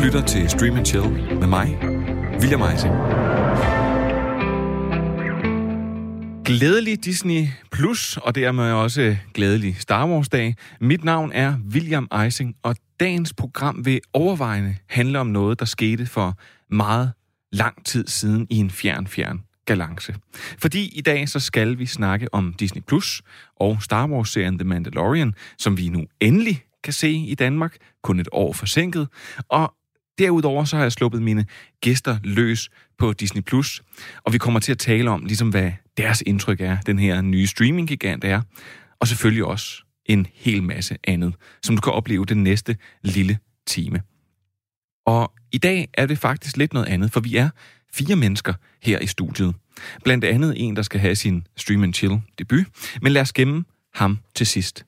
lytter til Stream & Chill med mig, William Eising. Glædelig Disney Plus, og dermed også glædelig Star Wars-dag. Mit navn er William Eising, og dagens program vil overvejende handle om noget, der skete for meget lang tid siden i en fjern galakse. Fordi i dag så skal vi snakke om Disney Plus og Star Wars-serien The Mandalorian, som vi nu endelig kan se i Danmark, kun et år forsinket. Og derudover så har jeg sluppet mine gæster løs på Disney Plus, og vi kommer til at tale om, ligesom hvad deres indtryk er, den her nye streaming-gigant er, og selvfølgelig også en hel masse andet, som du kan opleve den næste lille time. Og i dag er det faktisk lidt noget andet, for vi er 4 mennesker her i studiet. Blandt andet en, der skal have sin Stream & Chill debut, men lad os gemme ham til sidst.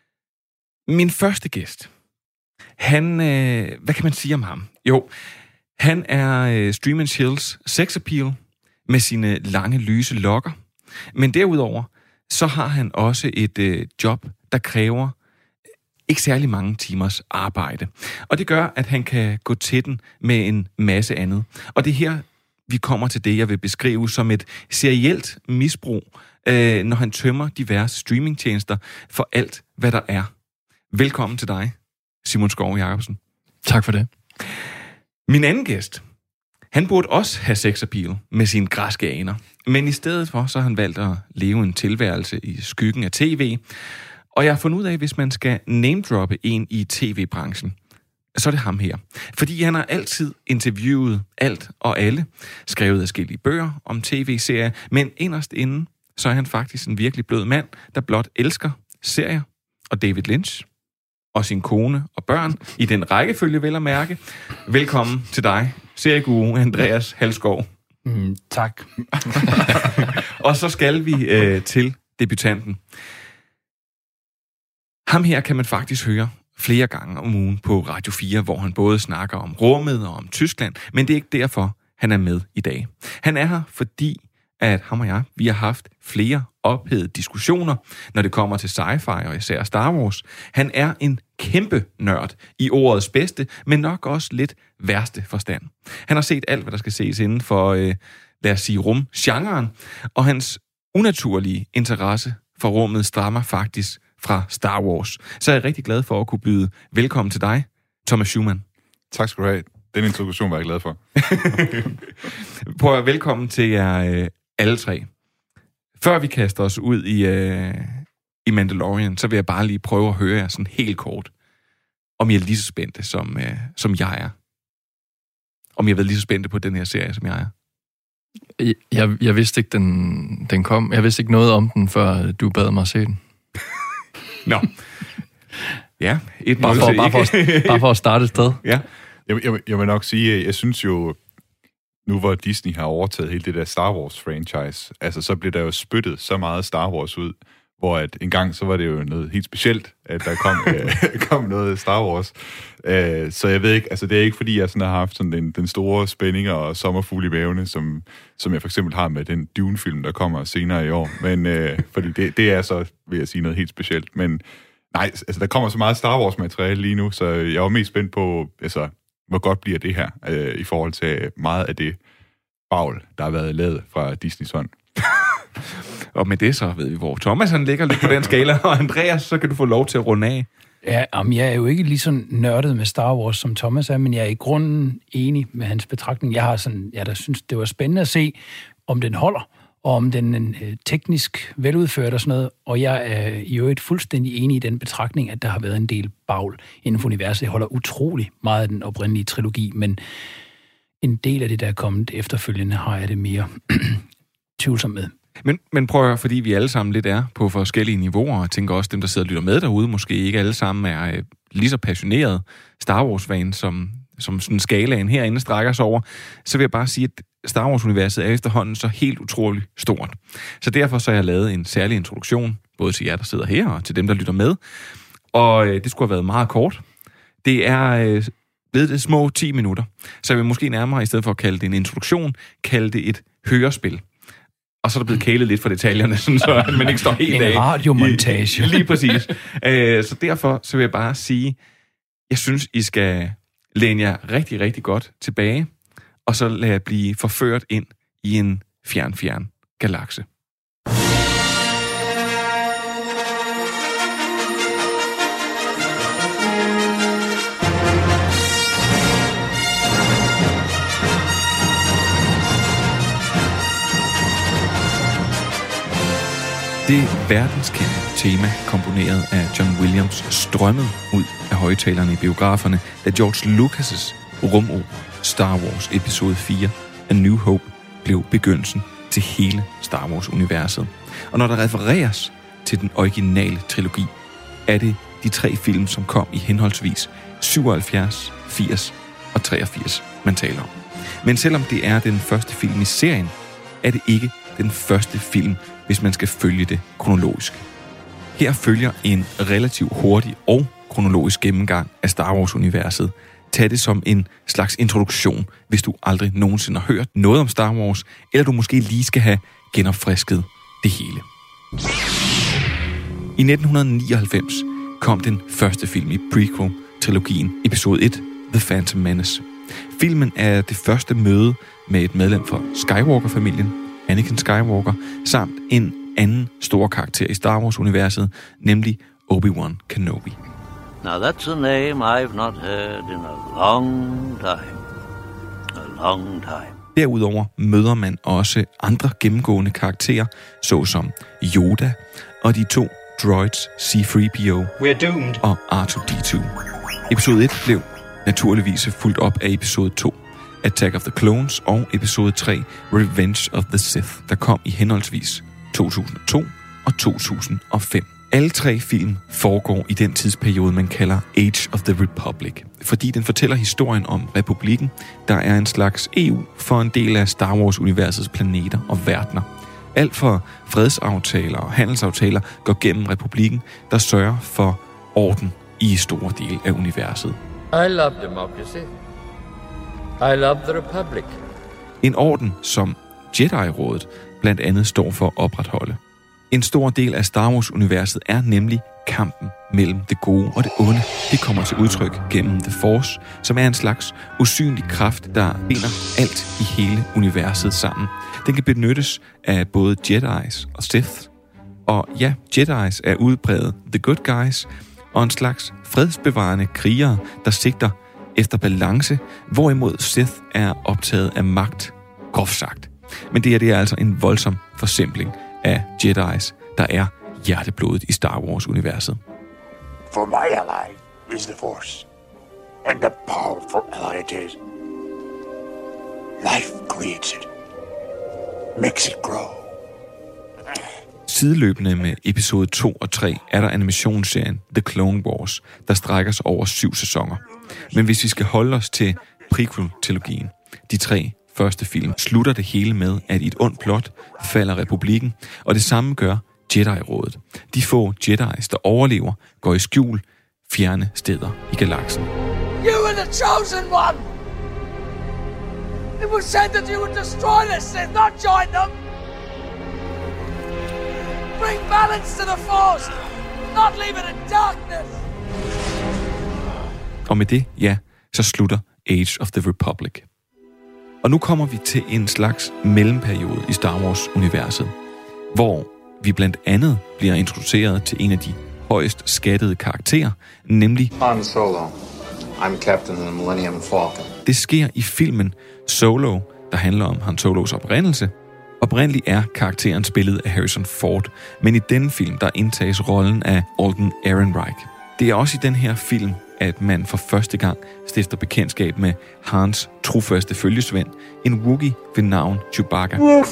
Min første gæst, han, hvad kan man sige om ham? Jo, han er Stream & Chills sexappeal med sine lange, lyse lokker. Men derudover, så har han også et job, der kræver ikke særlig mange timers arbejde. Og det gør, at han kan gå til den med en masse andet. Og det her, vi kommer til det, jeg vil beskrive som et serielt misbrug, når han tømmer diverse streamingtjenester for alt, hvad der er. Velkommen til dig, Simon Skov Jacobsen. Tak for det. Min anden gæst, han burde også have sexappeal med sine græske aner. Men i stedet for, så har han valgt at leve en tilværelse i skyggen af tv. Og jeg har fundet ud af, at hvis man skal name-droppe en i tv-branchen, så er det ham her. Fordi han har altid interviewet alt og alle, skrevet adskillige bøger om tv-serier, men inderst inden, så er han faktisk en virkelig blød mand, der blot elsker serier og David Lynch og sin kone og børn, i den rækkefølge vel at mærke. Velkommen til dig, serieguru Andreas Halskov. Tak. Og så skal vi til debutanten. Ham her kan man faktisk høre flere gange om ugen på Radio 4, hvor han både snakker om rummet og om Tyskland, men det er ikke derfor, han er med i dag. Han er her, fordi at ham og jeg, vi har haft flere ophedede diskussioner, når det kommer til sci-fi og især Star Wars. Han er en kæmpe nørd i ordets bedste, men nok også lidt værste forstand. Han har set alt, hvad der skal ses inden for, lad os sige, rumgenren, og hans unaturlige interesse for rummet stammer faktisk fra Star Wars. Så er jeg rigtig glad for at kunne byde velkommen til dig, Thomas Schumann. Tak skal du have. Den introduktion var jeg glad for. Prøv at velkommen til jer alle 3. Før vi kaster os ud i Mandalorian, så vil jeg bare lige prøve at høre jer sådan helt kort, om I er lige så spændte, som jeg er. Om I har været lige så spændte på den her serie, som jeg er. Jeg vidste ikke, den kom. Jeg vidste ikke noget om den, før du bad mig at se den. Nå. Ja, bare for at starte et sted. Ja. Jeg vil nok sige, jeg synes jo, nu hvor Disney har overtaget hele det der Star Wars-franchise, altså så blev der jo spyttet så meget Star Wars ud, hvor at en gang så var det jo noget helt specielt, at der kom noget Star Wars. Så jeg ved ikke, altså det er ikke fordi, jeg sådan har haft sådan den store spænding og sommerfugl i mavene, som jeg for eksempel har med den Dune-film, der kommer senere i år. Men fordi det er så, vil jeg sige, noget helt specielt. Men nej, altså der kommer så meget Star Wars-materiale lige nu, så jeg var mest spændt på, altså hvor godt bliver det her, i forhold til meget af det bagl, der har været lavet fra Disneys hånd. Og med det så ved vi, hvor Thomas han ligger lidt på den skala, og Andreas, så kan du få lov til at runde af. Ja, jeg er jo ikke lige så nørdet med Star Wars, som Thomas er, men jeg er i grunden enig med hans betragtning. Jeg synes, det var spændende at se, om den holder, og om den teknisk veludført og sådan noget, og jeg er i øvrigt fuldstændig enig i den betragtning, at der har været en del bagl inden for universet. Jeg holder utrolig meget af den oprindelige trilogi, men en del af det, der er kommet efterfølgende, har jeg det mere tvivlsomt med. Men prøv at høre, fordi vi alle sammen lidt er på forskellige niveauer, og jeg tænker også, dem, der sidder og lytter med derude, måske ikke alle sammen er lige så passionerede Star Wars-fan, som sådan skalaen herinde strækker sig over, så vil jeg bare sige, at Star Wars-universet er efterhånden så helt utroligt stort. Så derfor så har jeg lavet en særlig introduktion, både til jer, der sidder her, og til dem, der lytter med. Og det skulle have været meget kort. Det er blevet det små 10 minutter. Så jeg vil måske nærmere, i stedet for at kalde det en introduktion, kalde det et hørespil. Og så er der blevet kælet lidt for detaljerne, sådan så man ikke står helt af. En radiomontage. Lige præcis. Så derfor så vil jeg bare sige, jeg synes, I skal Læn jer rigtig, rigtig godt tilbage, og så lad jer blive forført ind i en fjern galakse. Det verdenskendte tema, komponeret af John Williams, strømmede ud af højtalerne i biograferne, da George Lucas' rumopera Star Wars Episode 4, A New Hope, blev begyndelsen til hele Star Wars-universet. Og når der refereres til den originale trilogi, er det de 3 film, som kom i henholdsvis 77, 80 og 83, man taler om. Men selvom det er den første film i serien, er det ikke den første film, hvis man skal følge det kronologisk. Her følger en relativt hurtig og kronologisk gennemgang af Star Wars-universet. Tag det som en slags introduktion, hvis du aldrig nogensinde har hørt noget om Star Wars, eller du måske lige skal have genopfrisket det hele. I 1999 kom den første film i prequel-trilogien, episode 1, The Phantom Menace. Filmen er det første møde med et medlem fra Skywalker-familien, Anakin Skywalker, samt en anden stor karakter i Star Wars-universet, nemlig Obi-Wan Kenobi. Now that's a name I've not heard in a long time. A long time. Derudover møder man også andre gennemgående karakterer, såsom Yoda og de 2 droids C-3PO og R2-D2. Episode 1 blev naturligvis fulgt op af episode 2, Attack of the Clones, og episode 3, Revenge of the Sith, der kom i henholdsvis 2002 og 2005. Alle 3 film foregår i den tidsperiode, man kalder Age of the Republic, fordi den fortæller historien om republikken, der er en slags EU for en del af Star Wars-universets planeter og verdener. Alt for fredsaftaler og handelsaftaler går gennem republikken, der sørger for orden i store dele af universet. I love democracy. I love the Republic. En orden, som Jedi-rådet blandt andet står for at opretholde. En stor del af Star Wars-universet er nemlig kampen mellem det gode og det onde. Det kommer til udtryk gennem The Force, som er en slags usynlig kraft, der binder alt i hele universet sammen. Den kan benyttes af både Jedis og Sith. Og ja, Jedis er udpræget the good guys, og en slags fredsbevarende krigere, der sigter efter balance, hvorimod Sith er optaget af magt, groft sagt. Men det er altså en voldsom forsimpling af Jedis, der er hjerteblodet i Star Wars-universet. For my ally is the Force, and the powerful ally it is. Life creates it, makes it grow. Sideløbende med episode 2 og 3 er der animationsserien The Clone Wars, der strækker sig over 7 sæsoner. Men hvis vi skal holde os til prequel-trilogien, de 3 første film, slutter det hele med, at i et ondt plot falder republikken, og det samme gør Jedi-rådet. De få Jedis, der overlever, går i skjul fjerne steder i galaksen. You were the chosen one! It was said that you would destroy the Sith, not join them! Bring balance to the Force, not leave it in darkness! Og med det, ja, så slutter Age of the Republic. Og nu kommer vi til en slags mellemperiode i Star Wars-universet, hvor vi blandt andet bliver introduceret til en af de højst skattede karakterer, nemlig Han Solo. I'm Captain of the Millennium Falcon. Det sker i filmen Solo, der handler om Han Solos oprindelse. Oprindeligt er karakteren spillet af Harrison Ford, men i denne film, der indtages rollen af Alden Ehrenreich. Det er også i den her film, at man for første gang stifter bekendtskab med Hans trofaste følgesvend, en Wookiee ved navn Chewbacca. Laugh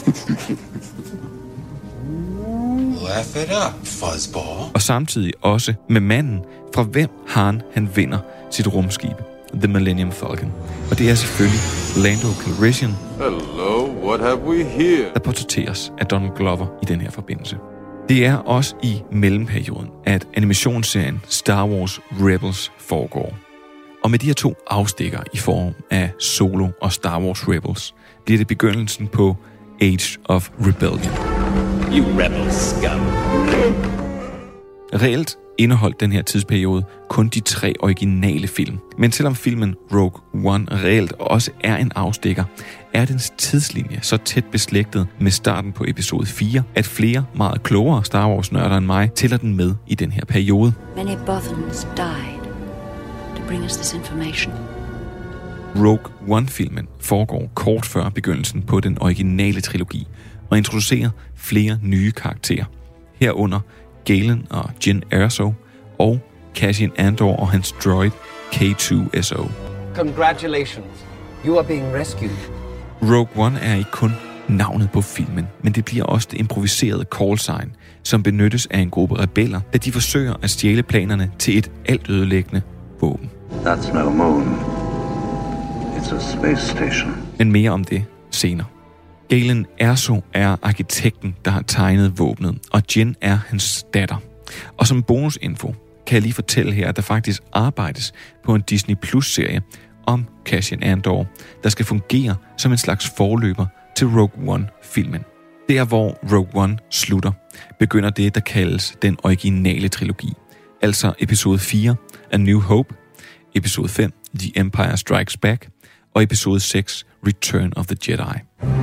it up, fuzzball. Og samtidig også med manden, fra hvem Han vinder sit rumskib, The Millennium Falcon. Og det er selvfølgelig Lando Calrissian, Hello, what have we here? der portrætteres af Donald Glover i den her forbindelse. Det er også i mellemperioden, at animationsserien Star Wars Rebels foregår. Og med de her 2 afstikker i form af Solo og Star Wars Rebels, bliver det begyndelsen på Age of Rebellion. You rebel scum. Reelt indeholdt den her tidsperiode kun de 3 originale film. Men selvom filmen Rogue One reelt også er en afstikker, er dens tidslinje så tæt beslægtet med starten på episode 4, at flere meget klogere Star Wars-nørder end mig tæller den med i den her periode. Many Bothans died to bring us this information. Rogue One-filmen foregår kort før begyndelsen på den originale trilogi og introducerer flere nye karakterer. Herunder Galen og Jyn Erso og Cassian Andor og hans droid K2SO. Congratulations. You are being rescued. Rogue One er ikke kun navnet på filmen, men det bliver også det improviserede callsign, som benyttes af en gruppe rebeller, da de forsøger at stjæle planerne til et altødelæggende våben. That's no moon. It's a space station. Men mere om det senere. Galen Erso er arkitekten, der har tegnet våbnet, og Jyn er hans datter. Og som bonusinfo kan jeg lige fortælle her, at der faktisk arbejdes på en Disney Plus-serie om Cassian Andor, der skal fungere som en slags forløber til Rogue One-filmen. Der, hvor Rogue One slutter, begynder det, der kaldes den originale trilogi. Altså episode 4, A New Hope, episode 5, The Empire Strikes Back, og episode 6, Return of the Jedi.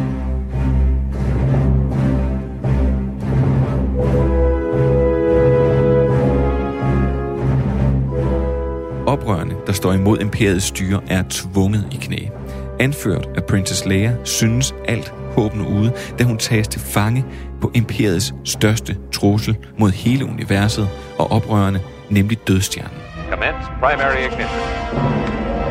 Oprørerne, der står imod imperiets styre, er tvunget i knæ. Anført af Princess Leia, synes alt håb nu ude, da hun tages til fange på imperiets største trussel mod hele universet og oprørerne, nemlig Dødsstjernen. Commence primary ignition.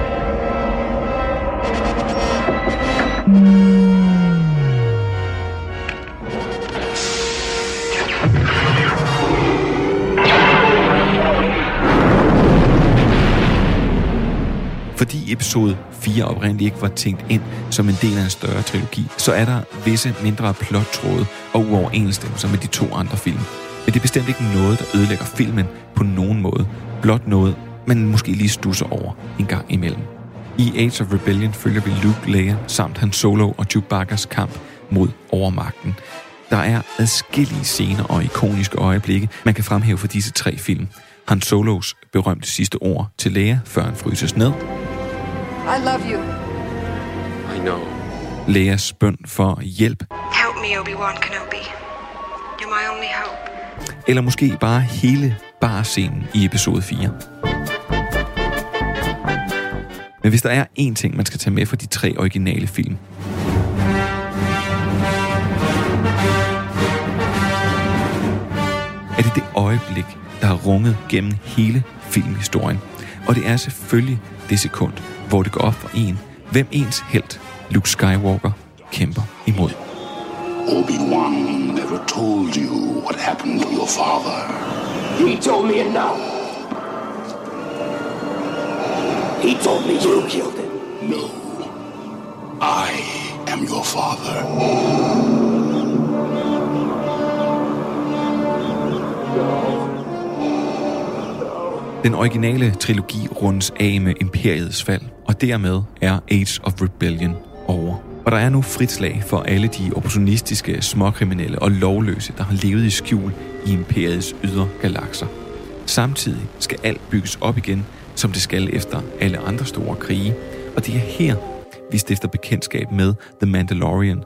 Fordi episode 4 oprindeligt ikke var tænkt ind som en del af en større trilogi, så er der visse mindre plottråde og uoverensstemmelser med de 2 andre film. Men det er bestemt ikke noget, der ødelægger filmen på nogen måde. Blot noget, man måske lige stusser over en gang imellem. I Age of Rebellion følger vi Luke, Leia samt Han Solo og Chewbacca's kamp mod overmagten. Der er adskillige scener og ikoniske øjeblikke, man kan fremhæve for disse 3 film. Han Solos berømte sidste ord til Leia, før han fryses ned. I love you. I know. Leias bøn for hjælp. Help me, Obi-Wan Kenobi. You're my only hope. Eller måske bare hele barscenen i episode 4. Men hvis der er én ting, man skal tage med fra de 3 originale film, er det øjeblik, der har runget gennem hele filmhistorien. Og det er selvfølgelig det sekund, hvor det går op for en, hvem ens helt, Luke Skywalker, kæmper imod. Obi-Wan never told you what happened to your father. He told me it now. He told me you killed him. No. I am your father. Den originale trilogi rundes af med Imperiets fald, og dermed er Age of Rebellion over. Og der er nu frit slag for alle de opportunistiske, småkriminelle og lovløse, der har levet i skjul i Imperiets ydre galakser. Samtidig skal alt bygges op igen, som det skal efter alle andre store krige. Og det er her, vi stifter bekendtskab med The Mandalorian.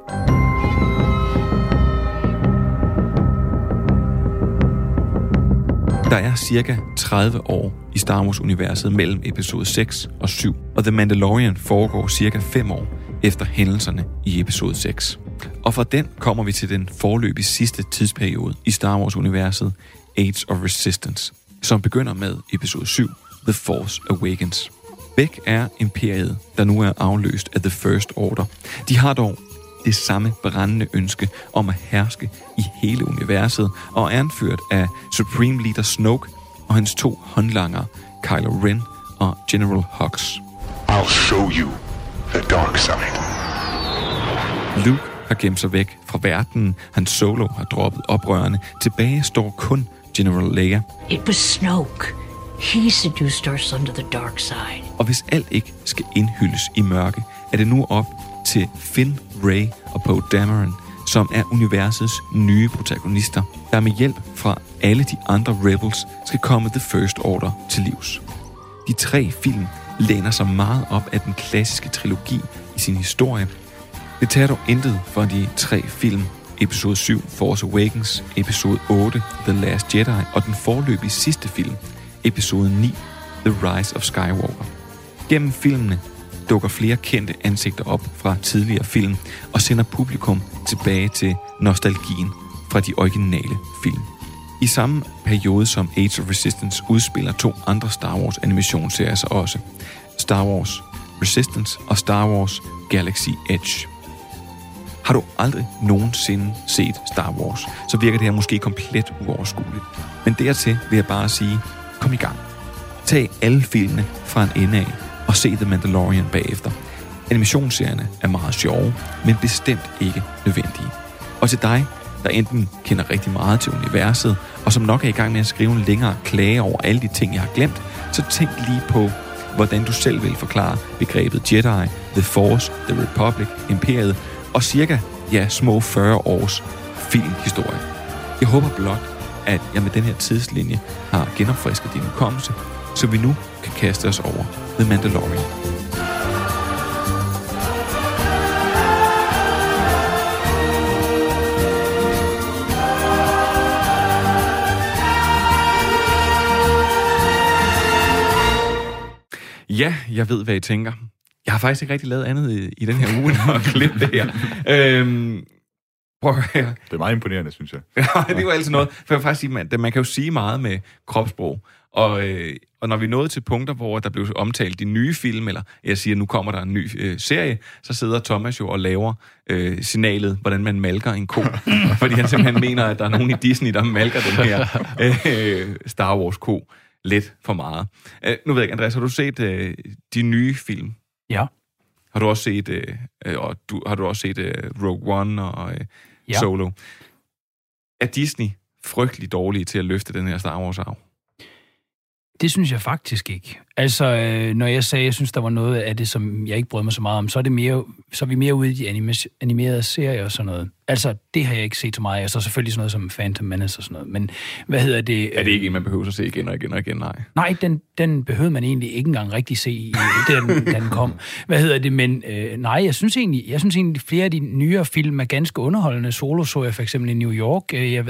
Der er cirka 30 år i Star Wars-universet mellem episode 6 og 7, og The Mandalorian foregår cirka 5 år efter hændelserne i episode 6. Og fra den kommer vi til den foreløbig sidste tidsperiode i Star Wars-universet, Age of Resistance, som begynder med episode 7, The Force Awakens. Væk er imperiet, der nu er afløst af The First Order. De har dog det samme brændende ønske om at herske i hele universet, og er anført af Supreme Leader Snoke og hans 2 håndlangere, Kylo Ren og General Hux. I'll show you the dark side. Luke har gemt sig væk fra verdenen. Han Solo har droppet oprørerne. Tilbage står kun General Leia. It was Snoke. He seduced our son to the dark side. Og hvis alt ikke skal indhyldes i mørke, er det nu op til Finn, Rey og Poe Dameron, som er universets nye protagonister, der med hjælp fra alle de andre Rebels skal komme The First Order til livs. De 3 film læner sig meget op af den klassiske trilogi i sin historie. Det tager dog intet for de 3 film, episode 7, Force Awakens, episode 8, The Last Jedi, og den foreløbige sidste film, episode 9, The Rise of Skywalker. Gennem filmene dukker flere kendte ansigter op fra tidligere film og sender publikum tilbage til nostalgien fra de originale film. I samme periode som Age of Resistance udspiller 2 andre Star Wars animationsserier sig også. Star Wars Resistance og Star Wars Galaxy Edge. Har du aldrig nogensinde set Star Wars, så virker det her måske komplet uoverskueligt. Men dertil vil jeg bare sige, kom i gang. Tag alle filmene fra en ende af og se The Mandalorian bagefter. Animationsserierne er meget sjove, men bestemt ikke nødvendige. Og til dig, der enten kender rigtig meget til universet, og som nok er i gang med at skrive en længere klage over alle de ting, jeg har glemt, så tænk lige på, hvordan du selv vil forklare begrebet Jedi, The Force, The Republic, Imperiet, og cirka, små 40 års filmhistorie. Jeg håber blot, at jeg med den her tidslinje har genopfrisket din hukommelse, så vi nu kan kaste os over The Mandalorian. Ja, jeg ved, hvad I tænker. Jeg har faktisk ikke rigtig lavet andet i den her uge, end at klippe det her. Prøv at høre. Det er meget imponerende, synes jeg. Ja, det var altid noget. For jeg vil faktisk sige, man kan jo sige meget med kropssprog. Og når vi nåede til punkter, hvor der blev omtalt de nye film, eller jeg siger, nu kommer der en ny serie, så sidder Thomas jo og laver signalet, hvordan man malker en ko. Fordi han simpelthen mener, at der er nogen i Disney, der malker den her Star Wars-ko lidt for meget. Nu ved jeg ikke, Andreas, har du set de nye film? Ja. Har du også set, Rogue One og Solo? Er Disney frygtelig dårlige til at løfte den her Star Wars-arv? Det synes jeg faktisk ikke. Altså, når jeg sagde, at jeg synes, der var noget af det, som jeg ikke brød mig så meget om, så er vi mere ude i de animerede serier og sådan noget. Altså, det har jeg ikke set så meget. Altså, selvfølgelig sådan noget som Phantom Menace og sådan noget. Men hvad hedder det? Er det ikke en, man behøver at se igen og igen og igen? Nej. Nej, den behøvede man egentlig ikke engang rigtig se, da den kom. Hvad hedder det? Men nej, jeg synes egentlig, flere af de nyere film er ganske underholdende. Solo så jeg for eksempel i New York. Jeg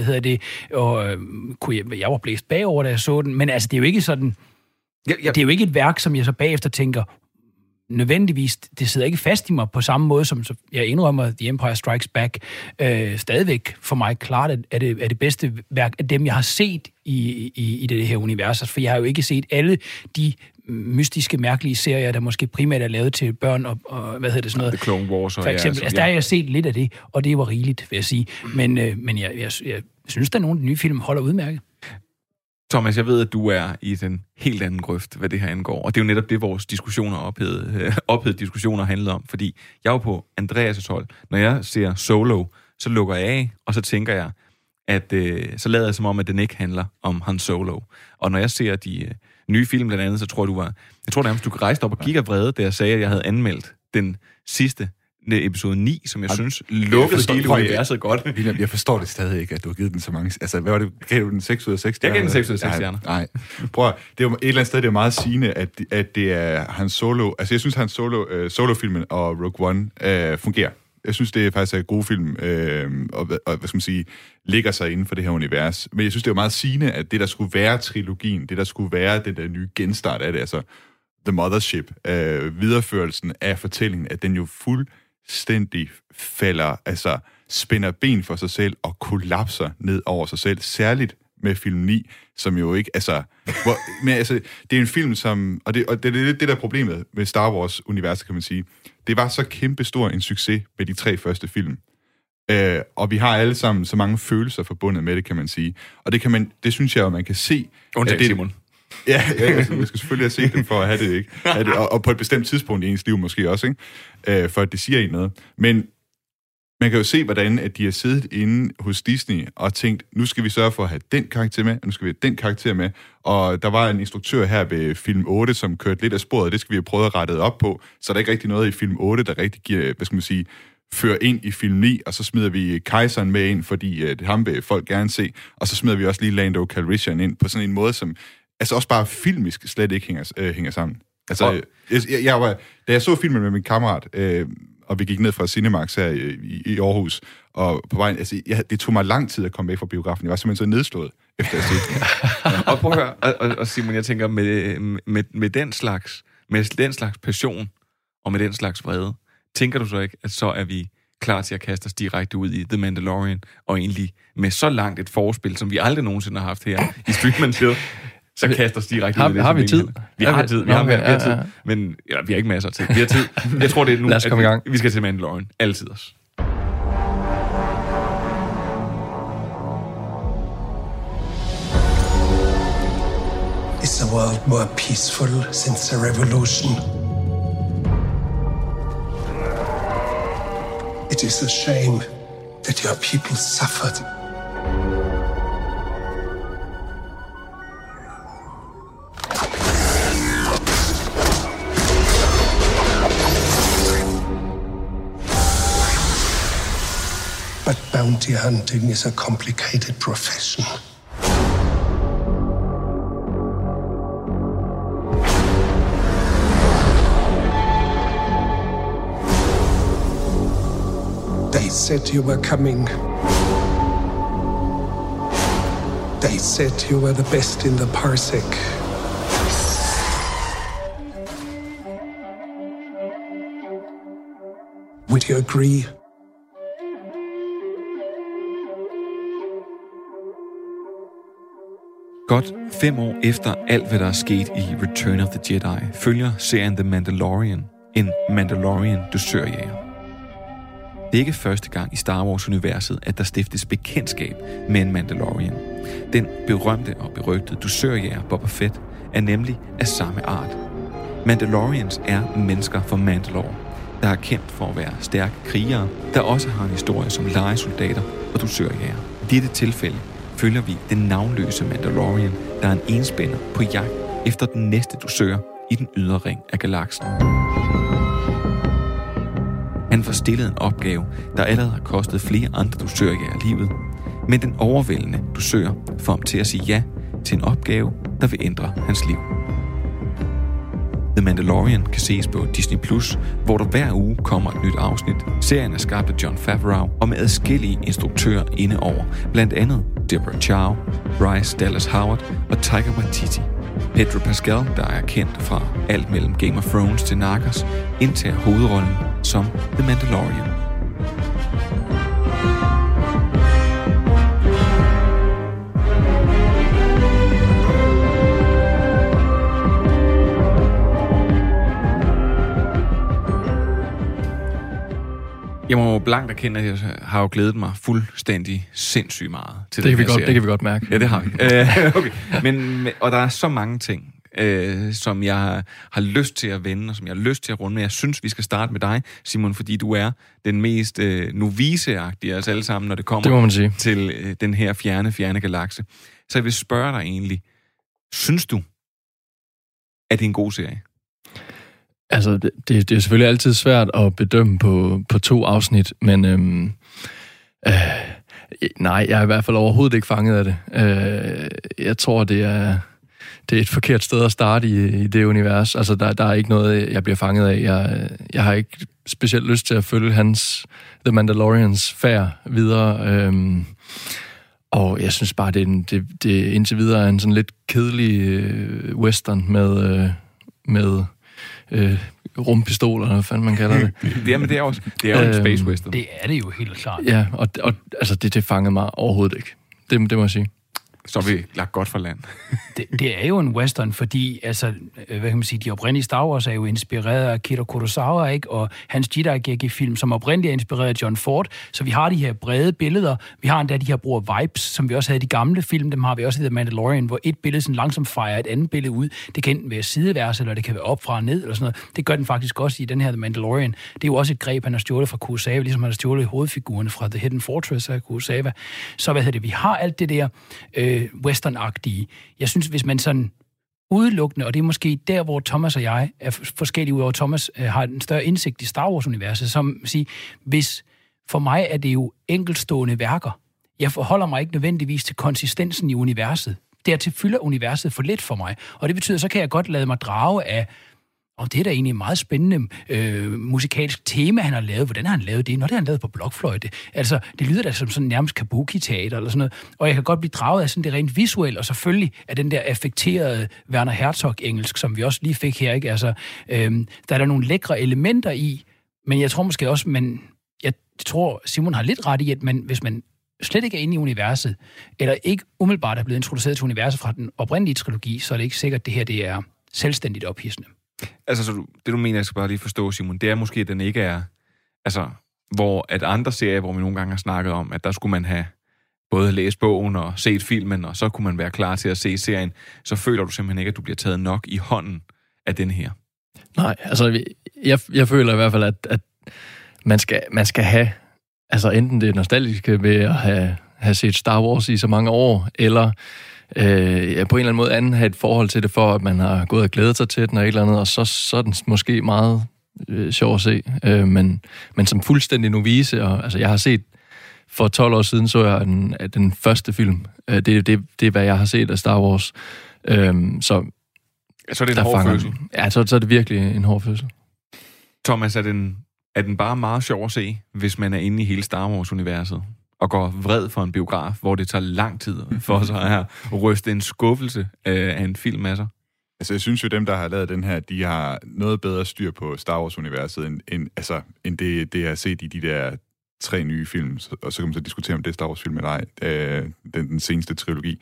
var blæst bagover, da jeg så den. Men altså, det er jo ikke sådan... Det er jo ikke et værk, som jeg så bagefter tænker, nødvendigvis, det sidder ikke fast i mig på samme måde, som jeg indrømmer The Empire Strikes Back. Stadigvæk for mig klart er det bedste værk af dem, jeg har set i det her univers. For jeg har jo ikke set alle de mystiske, mærkelige serier, der måske primært er lavet til børn og hvad hedder det sådan noget? The Clone Wars. For eksempel. Altså, der har jeg set lidt af det, og det var rigeligt, vil jeg sige. Men jeg synes, der er nogle af de nye film holder udmærket. Thomas, jeg ved, at du er i den helt anden grøft, hvad det her angår. Og det er jo netop det, vores diskussioner ophedede diskussioner handlede om. Fordi jeg er jo på Andreas' hold. Når jeg ser Solo, så lukker jeg af, og så tænker jeg, at så lader jeg som om, at den ikke handler om Han Solo. Og når jeg ser de nye film blandt andet, så tror jeg nærmest, du rejste op og gik af vrede, da jeg sagde, at jeg havde anmeldt den sidste episode 9, som jeg synes lukkede hele universet godt. William, jeg forstår det stadig ikke, at du har givet den så mange... Altså, hvad var det? Gav du den 6 ud af 6 stjerner? Jeg gav den 6 ud af 6 stjerner. Nej. Prøv at, det er jo et eller andet sted, det er meget sigende, at det er Han Solo... Altså, jeg synes, Han Solo-filmen og Rogue One fungerer. Jeg synes, det er faktisk en god film, og hvad skal man sige, ligger sig inden for det her univers. Men jeg synes, det er jo meget sigende, at det, der skulle være trilogien, det, der skulle være den der nye genstart af det, altså The Mothership, videreførelsen af fortællingen, at den jo fuldstændig falder, altså spænder ben for sig selv og kollapser ned over sig selv, særligt med film 9, som jo ikke, men det er en film, som, og det er det der problemet med Star Wars-universet, kan man sige. Det var så kæmpestor en succes med de 3 første film. Og vi har alle sammen så mange følelser forbundet med det, kan man sige. Og det synes jeg jo, man kan se. Undtagen Simon. Ja, jeg skal selvfølgelig have set dem for at have det, ikke? Og på et bestemt tidspunkt i ens liv måske også, ikke? For at det siger en noget. Men man kan jo se, hvordan at de har siddet inde hos Disney og tænkt, nu skal vi sørge for at have den karakter med, og nu skal vi have den karakter med. Og der var en instruktør her ved film 8, som kørte lidt af sporet, og det skal vi have prøvet at rette op på. Så der er ikke rigtig noget i film 8, der rigtig giver, hvad skal man sige, føre ind i film 9, og så smider vi kejseren med ind, fordi ham vil folk gerne se, og så smider vi også lige Lando Calrissian ind på sådan en måde, som altså også bare filmisk slet ikke hænger sammen. Altså, da jeg så filmen med min kammerat, og vi gik ned fra Cinemax her i Aarhus, og på vejen, altså, det tog mig lang tid at komme væk fra biografen. Jeg var simpelthen så nedslået, efter at se det. Og prøv at høre, og Simon, jeg tænker, med den slags passion, og med den slags vrede, tænker du så ikke, at så er vi klar til at kaste os direkte ud i The Mandalorian, og egentlig med så langt et forspil, som vi aldrig nogensinde har haft her i Streetman Chill, så kaster os direkte ud i det. Har vi tid? Vi har tid, vi har tid. Men vi har ikke masser af tid. Vi har tid. Jeg tror, det er nu, at vi skal til Mandalorian. Altid os. Is the world more peaceful since the revolution? It is a shame that your people suffered. But bounty hunting is a complicated profession. They said you were coming. They said you were the best in the parsec. Would you agree? Godt 5 år efter alt, hvad der er sket i Return of the Jedi, følger serien The Mandalorian en Mandalorian-dusørjæger. Det er ikke første gang i Star Wars-universet, at der stiftes bekendtskab med en Mandalorian. Den berømte og berygtede dusørjæger Boba Fett er nemlig af samme art. Mandalorians er mennesker fra Mandalore, der er kendt for at være stærke krigere, der også har en historie som lejesoldater og dusørjæger. I dette tilfælde følger vi den navnløse Mandalorian, der er en enspænder på jagt efter den næste dusør i den ydre ring af galaksen. Han får stillet en opgave, der allerede har kostet flere andre dusørjæger livet, men den overvældende dusør får ham til at sige ja til en opgave, der vil ændre hans liv. The Mandalorian kan ses på Disney+, hvor der hver uge kommer et nyt afsnit. Serien er skabt af Jon Favreau og med adskillige instruktører inde over, blandt andet Deborah Chow, Bryce Dallas Howard og Taika Waititi. Pedro Pascal, der er kendt fra alt mellem Game of Thrones til Narcos, indtager hovedrollen som The Mandalorian. Jeg må blankt erkende, at jeg har jo glædet mig fuldstændig sindssygt meget til det. Det kan vi godt mærke. Ja, det har vi. Okay. Og der er så mange ting, som jeg har lyst til at vende, og som jeg har lyst til at runde med. Jeg synes, vi skal starte med dig, Simon, fordi du er den mest noviceagtige af os alle sammen, når det kommer til den her fjerne galakse. Så jeg vil spørge dig egentlig, synes du, at det er en god serie? Altså, det er selvfølgelig altid svært at bedømme på 2 afsnit, men nej, jeg er i hvert fald overhovedet ikke fanget af det. Jeg tror, det er et forkert sted at starte i det univers. Altså, der er ikke noget, jeg bliver fanget af. Jeg har ikke specielt lyst til at følge The Mandalorians færd videre. Og jeg synes bare, det indtil videre er en sådan lidt kedelig western med rumpistoler, eller hvad fanden man kalder det. Jamen, det er jo en space western. Det er det jo helt klart. Ja, og altså, det fangede mig overhovedet ikke. Det må jeg sige. Så har vi lagt godt for land. det er jo en western, fordi altså, hvad kan man sige, de oprindelige Star Wars er jo inspireret af Akira Kurosawa, ikke? Og hans Jedi-film, som oprindeligt er inspireret af John Ford. Så vi har de her brede billeder. Vi har endda de her bruger vibes, som vi også havde i de gamle film. Dem har vi også i The Mandalorian, hvor et billede sådan langsomt fejrer et andet billede ud. Det kan enten være sidevers, eller det kan være op fra og ned, eller sådan noget. Det gør den faktisk også i den her The Mandalorian. Det er jo også et greb, han har stjålet fra Kurosawa, ligesom han har stjålet hovedfigurerne fra The Hidden Fortress af Kurosawa. Så vi har alt det der western-agtige. Jeg synes, hvis man sådan udelukkende, og det er måske der, hvor Thomas og jeg er forskellige, udover Thomas har en større indsigt i Star Wars-universet, som siger, hvis for mig er det jo enkeltstående værker. Jeg forholder mig ikke nødvendigvis til konsistensen i universet. Dertil fylder universet for lidt for mig, og det betyder, så kan jeg godt lade mig drage af, og det er da egentlig et meget spændende musikalsk tema, han har lavet. Hvordan har han lavet det? Når det har han lavet på blokfløjte. Altså, det lyder da som sådan nærmest kabuki-teater eller sådan noget. Og jeg kan godt blive draget af sådan det rent visuelle, og selvfølgelig af den der affekterede Werner Herzog-engelsk, som vi også lige fik her, ikke? Altså, der er der nogle lækre elementer i, men jeg tror måske også, jeg tror, Simon har lidt ret i, at hvis man slet ikke er inde i universet, eller ikke umiddelbart er blevet introduceret til universet fra den oprindelige trilogi, så er det ikke sikkert, at det her det er selvstændigt ophidsende. Altså, så det du mener, jeg skal bare lige forstå, Simon, det er måske, at den ikke er, altså, hvor at andre serier, hvor vi nogle gange har snakket om, at der skulle man have både læst bogen og set filmen, og så kunne man være klar til at se serien, så føler du simpelthen ikke, at du bliver taget nok i hånden af den her. Nej, altså, jeg føler i hvert fald, at man skal have, altså enten det nostalgiske ved at have set Star Wars i så mange år, eller på en eller anden måde anden have et forhold til det, for at man har gået og glædet sig til den og et eller andet, og så er den måske meget sjov at se. Men som fuldstændig novice, og altså jeg har set, for 12 år siden så jeg den første film. Det er, hvad jeg har set af Star Wars. Så er det en hård følelse? Ja, så er det virkelig en hård følelse. Thomas, er den bare meget sjov at se, hvis man er inde i hele Star Wars-universet, og går vred for en biograf, hvor det tager lang tid for sig at ryste en skuffelse af en film af sig? Altså, jeg synes jo, dem, der har lavet den her, de har noget bedre styr på Star Wars-universet, end det, jeg har set i de der 3 nye film, og så kan man så diskutere, om det er Star Wars-film eller ej, den seneste trilogi.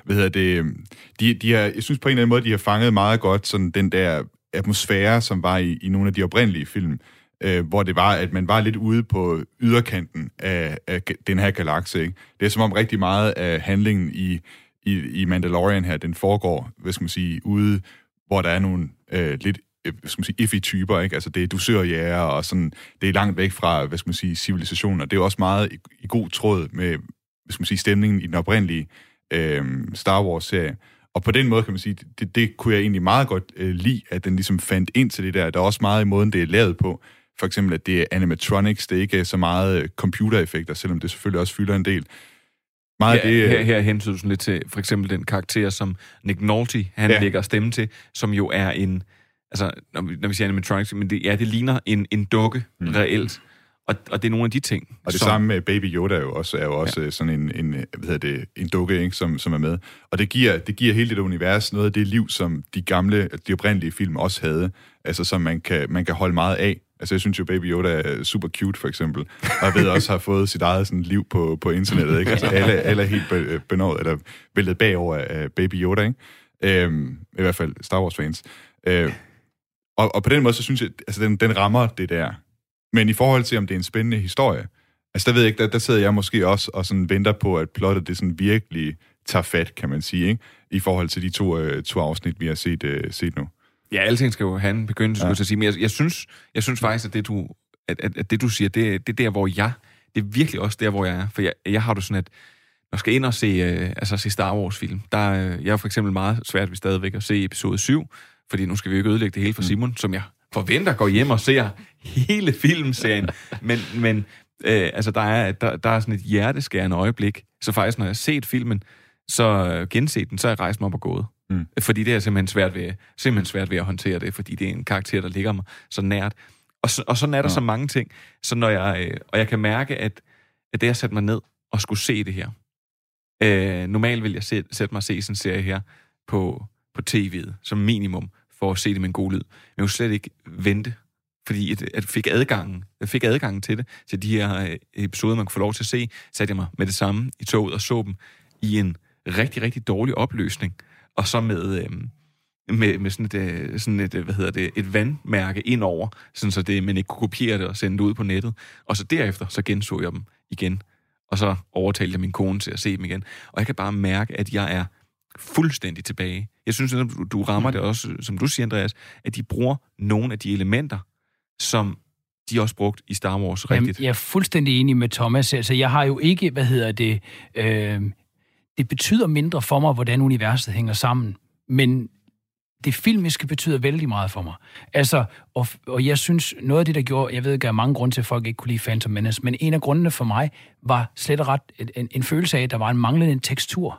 Jeg synes på en eller anden måde, de har fanget meget godt sådan den der atmosfære, som var i nogle af de oprindelige film, hvor det var, at man var lidt ude på yderkanten af den her galakse, ikke? Det er som om rigtig meget af handlingen i Mandalorian her, den foregår, hvad skal man sige, ude, hvor der er nogle lidt, hvad skal man sige, iffy-typer, ikke? Altså det er dusørjæger, og sådan, det er langt væk fra, hvad skal man sige, civilisationen, og det er også meget i god tråd med, hvad skal man sige, stemningen i den oprindelige Star Wars-serie. Og på den måde kan man sige, det kunne jeg egentlig meget godt lide, at den ligesom fandt ind til det der. Der er også meget i måden, det er lavet på. For eksempel, at det er animatronics, det er ikke så meget computereffekter, selvom det selvfølgelig også fylder en del. Meget her hentyder sådan lidt til for eksempel den karakter, som Nick Nolte, han lægger stemme til, som jo er en, altså når vi siger animatronics, men det ligner en dukke reelt. Og det er nogle af de ting. Og det samme med Baby Yoda er jo også sådan en dukke, ikke, som er med. Og det giver hele det univers noget af det liv, som de oprindelige film også havde, altså som man kan holde meget af. Altså jeg synes jo, Baby Yoda er super cute, for eksempel. Og jeg ved også, har fået sit eget sådan, liv på internettet, ikke? Altså alle er helt benådet, eller væltet bagover af Baby Yoda, ikke? I hvert fald Star Wars-fans. Og på den måde, så synes jeg, altså den rammer det der. Men i forhold til, om det er en spændende historie, altså der ved jeg ikke, der sidder jeg måske også og sådan venter på, at plottet det sådan virkelig tager fat, kan man sige, ikke? I forhold til de to afsnit, vi har set nu. Ja, alting skal jo have en begyndelse, skulle jeg sige. Men jeg synes faktisk, at det du siger, det er der, hvor det er virkelig også der, hvor jeg er. For jeg har du sådan, at når jeg skal ind og se Star Wars-film, jeg er for eksempel meget svært ved stadigvæk at se episode 7, fordi nu skal vi jo ikke ødelægge det hele for Simon, som jeg forventer går hjem og ser hele filmserien. Men der er sådan et hjerteskærende øjeblik. Så faktisk, når jeg har set filmen, så genset den, så har jeg rejst mig op og gået. Fordi det er simpelthen svært ved at håndtere det, fordi det er en karakter, der ligger mig så nært. Og sådan er der så mange ting. Så når jeg kan mærke, at det jeg satte mig ned og skulle se det her. Normalt vil jeg sætte mig og se sådan en serie her på tv'et, som minimum, for at se det med en god lyd. Men jeg kunne slet ikke vente, fordi jeg fik adgangen til det, til de her episoder, man kunne få lov til at se, satte jeg mig med det samme i toget og så dem i en rigtig, rigtig dårlig opløsning, og så med sådan et vandmærke indover, sådan så man ikke kunne kopiere det og sende det ud på nettet. Og så derefter, så genså jeg dem igen, og så overtalte jeg min kone til at se dem igen. Og jeg kan bare mærke, at jeg er fuldstændig tilbage. Jeg synes, at du rammer det også, som du siger, Andreas, at de bruger nogle af de elementer, som de også brugt i Star Wars rigtigt. Jeg er fuldstændig enig med Thomas. Altså, jeg har jo ikke, det betyder mindre for mig, hvordan universet hænger sammen. Men det filmiske betyder vældig meget for mig. Altså, og jeg synes, noget af det, der gjorde, jeg ved ikke, der er mange grunde til, at folk ikke kunne lide Phantom Menace, men en af grundene for mig var slet og ret en følelse af, at der var en manglende tekstur.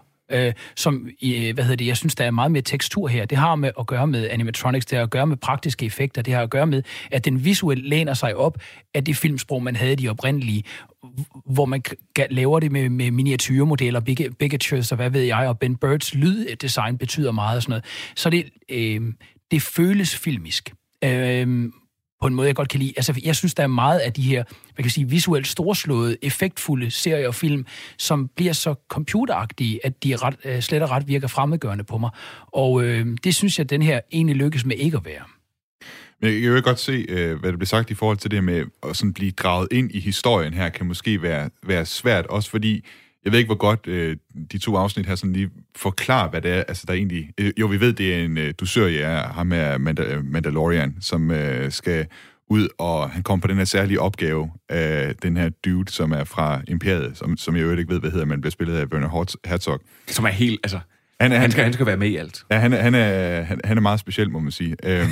Jeg synes, der er meget mere tekstur her. Det har med at gøre med animatronics, det har at gøre med praktiske effekter, det har at gøre med, at den visuelt læner sig op af det filmsprog, man havde de oprindelige, hvor man laver det med miniatyrmodeller, bigatures og hvad ved jeg, og Ben Birds lyddesign betyder meget og sådan noget. Så det føles filmisk. På en måde, jeg godt kan lide. Altså, jeg synes, der er meget af de her, man kan sige, visuelt storslåede, effektfulde serier og film, som bliver så computeragtige, at de slet og ret virker fremmedgørende på mig. Og det synes jeg, den her egentlig lykkes med ikke at være. Men jeg kan jo godt se, hvad der bliver sagt i forhold til det med at sådan blive draget ind i historien her, kan måske være svært, også fordi jeg ved ikke, hvor godt de 2 afsnit her sådan lige forklarer, hvad det er, altså der egentlig... Jo, vi ved, det er en dusør, ham er Mandalorian, som skal ud, og han kommer på den her særlige opgave af den her dude, som er fra Imperiet, som jeg jo ikke ved, hvad hedder, men bliver spillet af Werner Herzog. Som er helt... Altså, han skal være med i alt. Ja, han er meget speciel, må man sige.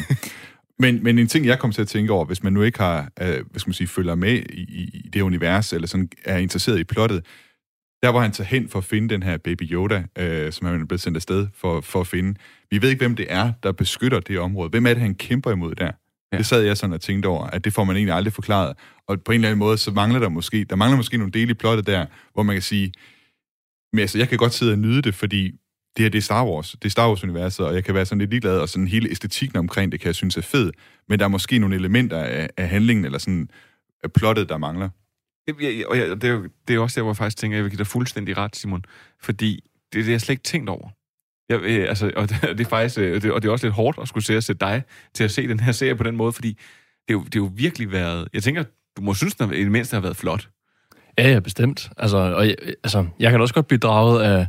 Men en ting, jeg kom til at tænke over, hvis man nu ikke har, følger med i det univers, eller sådan er interesseret i plottet, der hvor han tager hen for at finde den her Baby Yoda, som han er blevet sendt afsted for at finde. Vi ved ikke, hvem det er, der beskytter det område. Hvem er det, han kæmper imod der? Ja. Det sad jeg sådan og tænkte over, at det får man egentlig aldrig forklaret. Og på en eller anden måde, så mangler der måske nogle dele i plottet der, hvor man kan sige, men altså, jeg kan godt sidde og nyde det, fordi det her, det er Star Wars. Det er Star Wars-universet, og jeg kan være sådan lidt ligeglad, og sådan hele æstetikken omkring det, kan jeg synes er fed. Men der er måske nogle elementer af handlingen, eller sådan af plottet, der mangler. Det er også der, hvor jeg faktisk tænker, at jeg vil give dig fuldstændig ret, Simon. Fordi det er jeg slet ikke tænkt over. Og det er faktisk, og det er også lidt hårdt at skulle sætte dig til at se den her serie på den måde, fordi det er jo virkelig været... Jeg tænker, du må synes, at det mindste har været flot. Ja, bestemt. Jeg kan også godt blive draget af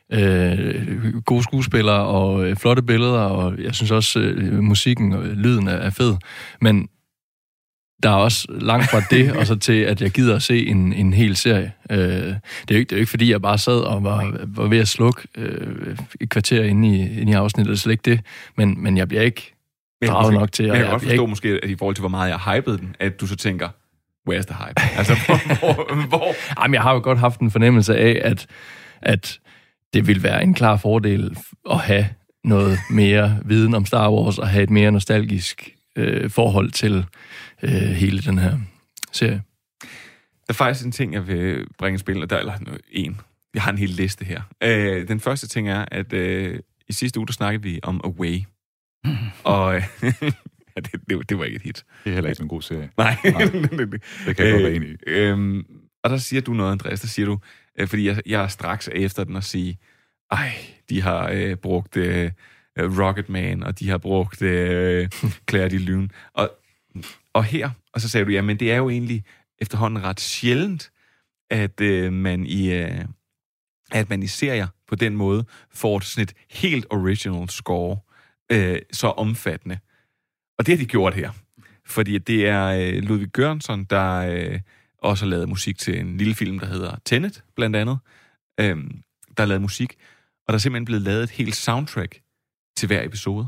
gode skuespillere og flotte billeder, og jeg synes også, musikken og lyden er fed. Men der er også langt fra det, og så til, at jeg gider at se en hel serie. Det er jo ikke, fordi jeg bare sad og var ved at slukke et kvarter inde i afsnittet, det er slet ikke det. Men jeg bliver ikke draget nok til... Jeg kan godt forstå måske, at i forhold til, hvor meget jeg hypede den, at du så tænker, where's the hype? Altså, hvor? Jamen, jeg har jo godt haft en fornemmelse af, at det vil være en klar fordel at have noget mere viden om Star Wars, og have et mere nostalgisk forhold til hele den her serie. Der er faktisk en ting, jeg vil bringe i spil, jeg har en hel liste her. Den første ting er, at i sidste uge, der snakkede vi om Away. Og det var ikke et hit. Det er heller ikke en god serie. Nej. Det kan jeg godt være enig i. Og der siger du noget, Andreas, der siger du, fordi jeg er straks efter den at sige, de har brugt Rocketman, og de har brugt Claire de Lune. Og her, og så sagde du, men det er jo egentlig efterhånden ret sjældent, at man i serier på den måde får sådan et helt original score, så omfattende. Og det har de gjort her. Fordi det er Ludwig Göransson, der også har lavet musik til en lille film, der hedder Tenet, blandt andet. Der har lavet musik, og der er simpelthen blevet lavet et helt soundtrack til hver episode.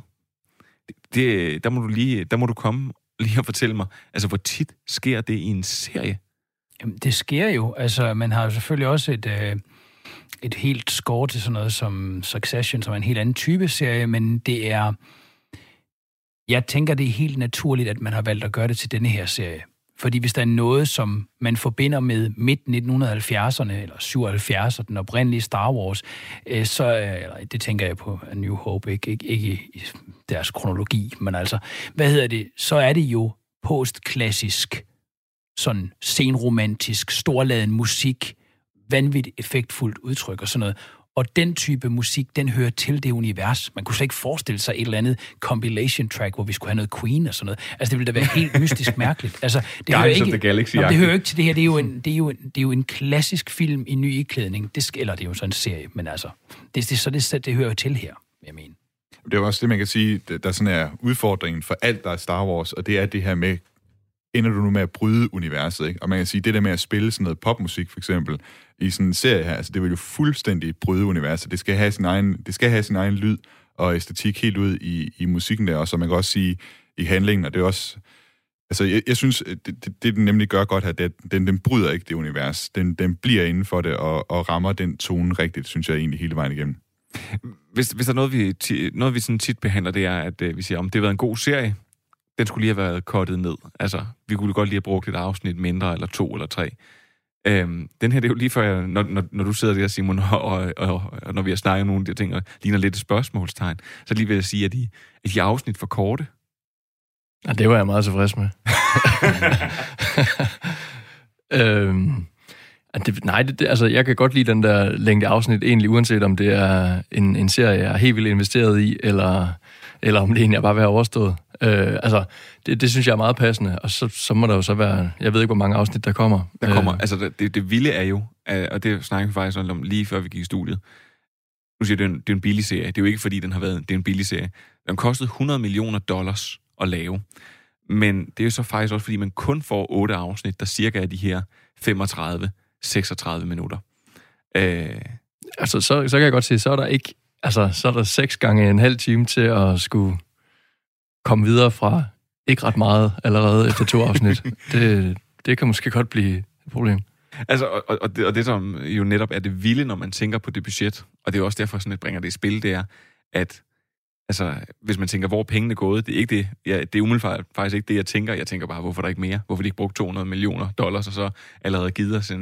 Der må du komme lige og fortælle mig, altså hvor tit sker det i en serie? Jamen, det sker jo. Altså, man har jo selvfølgelig også et helt score til sådan noget som Succession, som er en helt anden type serie, men det er... Jeg tænker, det er helt naturligt, at man har valgt at gøre det til denne her serie. Fordi hvis der er noget, som man forbinder med midt 1970'erne, eller 77'erne, den oprindelige Star Wars, det tænker jeg på A New Hope, ikke i deres kronologi, men altså, så er det jo postklassisk, sådan senromantisk, storladen musik, vanvittigt effektfuldt udtryk og sådan noget. Og den type musik, den hører til det univers. Man kunne slet ikke forestille sig et eller andet compilation track, hvor vi skulle have noget Queen og sådan noget. Altså, det ville da være helt mystisk mærkeligt. Altså, det hører ikke til det her. Det er jo en klassisk film i ny iklædning. Eller det er jo sådan en serie, men altså, det hører jo til her, jeg mener. Det er jo også det, man kan sige, der sådan er udfordringen for alt, der er Star Wars, og det er det her med, ender du nu med at bryde universet, ikke? Og man kan sige, det der med at spille sådan noget popmusik, for eksempel, i sådan en serie her, altså det vil jo fuldstændig bryde universet. Det skal have sin egen lyd, og æstetik helt ud i musikken der, og så man kan også sige i handlingen, og det er også... Altså, jeg synes, det den nemlig gør godt her, det den bryder ikke det univers. Den bliver inden for det, og rammer den tone rigtigt, synes jeg egentlig hele vejen igennem. Hvis der er noget, vi sådan tit behandler, det er, at vi siger, om det har været en god serie, den skulle lige have været cuttet ned. Altså, vi kunne godt lige have brugt et afsnit mindre, eller 2 eller 3. Den her, det er jo lige før, når du sidder der, Simon, og når vi har snakket om nogle af de ting, og ligner lidt et spørgsmålstegn, så lige vil jeg sige, at de afsnit for korte. Ja, det var jeg meget tilfreds med. Altså, jeg kan godt lide den der længde afsnit, egentlig uanset om det er en serie, jeg er helt vildt investeret i, eller om det egentlig er bare ved at overstået. Altså, det synes jeg er meget passende, og så må der jo så være, jeg ved ikke, hvor mange afsnit der kommer. Altså, det vilde er jo, og det snakker vi faktisk om lige før vi gik i studiet. Nu siger det er en billig serie. Det er jo ikke, fordi det er en billig serie. Den kostede $100 million at lave. Men det er jo så faktisk også, fordi man kun får 8 afsnit, der cirka er de her 35-36 minutter. Altså, så kan jeg godt sige, så er der ikke... Altså, så er der 6 gange en halv time til at skulle komme videre fra ikke ret meget allerede efter 2 afsnit. Det kan måske godt blive et problem. Altså, og det som jo netop er det vilde, når man tænker på det budget, og det er også derfor, sådan et bringer det i spil, det er, at altså, hvis man tænker, hvor pengene er gået, det er ikke det. Ja, det er umiddelbart faktisk ikke det, jeg tænker. Jeg tænker bare, hvorfor der ikke mere? Hvorfor de ikke brugt $200 million, og så allerede givet os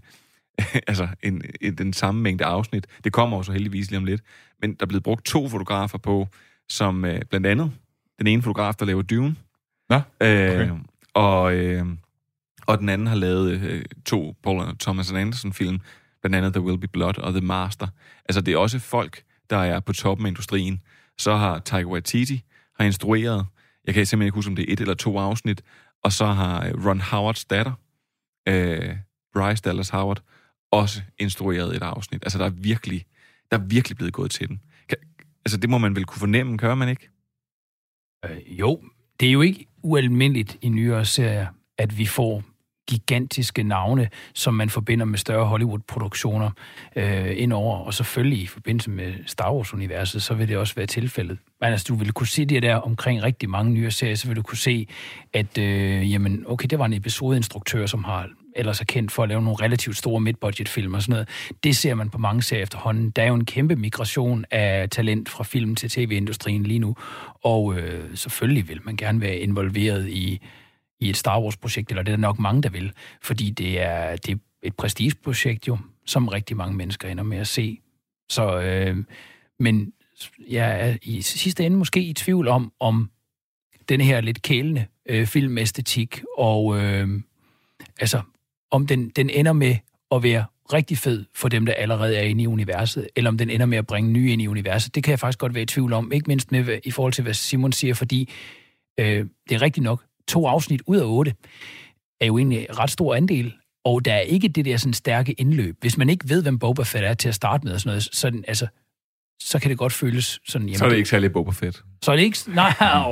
den samme mængde afsnit. Det kommer jo så heldigvis lige om lidt. Men der er blevet brugt 2 fotografer på, som blandt andet den ene fotograf, der laver Dune. Ja, okay. Og den anden har lavet 2 Paul Thomas Anderson-film, blandt andet The Will Be Blood og The Master. Altså, det er også folk, der er på toppen af industrien. Så har Taika Waititi instrueret, jeg kan simpelthen ikke huske, om det er 1 eller 2 afsnit, og så har Ron Howards datter, Bryce Dallas Howard, også instrueret et afsnit. Altså, der er virkelig blevet gået til den. Altså, det må man vel kunne fornemme, gør man ikke? Jo, det er jo ikke ualmindeligt i nyere serier, at vi får gigantiske navne, som man forbinder med større Hollywood-produktioner indover, og selvfølgelig i forbindelse med Star Wars-universet, så vil det også være tilfældet. Men altså, du ville kunne se det der omkring rigtig mange nye serier, så vil du kunne se, at det var en episodeinstruktør, som ellers er kendt for at lave nogle relativt store mid-budget-film og sådan noget. Det ser man på mange serier efterhånden. Der er jo en kæmpe migration af talent fra film til tv-industrien lige nu, og selvfølgelig vil man gerne være involveret i et Star Wars-projekt, eller det er der nok mange, der vil, fordi det er et prestigeprojekt jo, som rigtig mange mennesker ender med at se. Så, men jeg er i sidste ende måske i tvivl om den her lidt kælende filmæstetik, og om den ender med at være rigtig fed for dem, der allerede er inde i universet, eller om den ender med at bringe nye ind i universet. Det kan jeg faktisk godt være i tvivl om, ikke mindst med, i forhold til, hvad Simon siger, fordi det er rigtigt nok, 2 afsnit ud af 8 er jo egentlig en ret stor andel, og der er ikke det der sådan stærke indløb. Hvis man ikke ved, hvem Boba Fett er til at starte med og sådan noget, så kan det godt føles sådan... Så er det ikke særlig Boba Fett. Så er det ikke... Nej,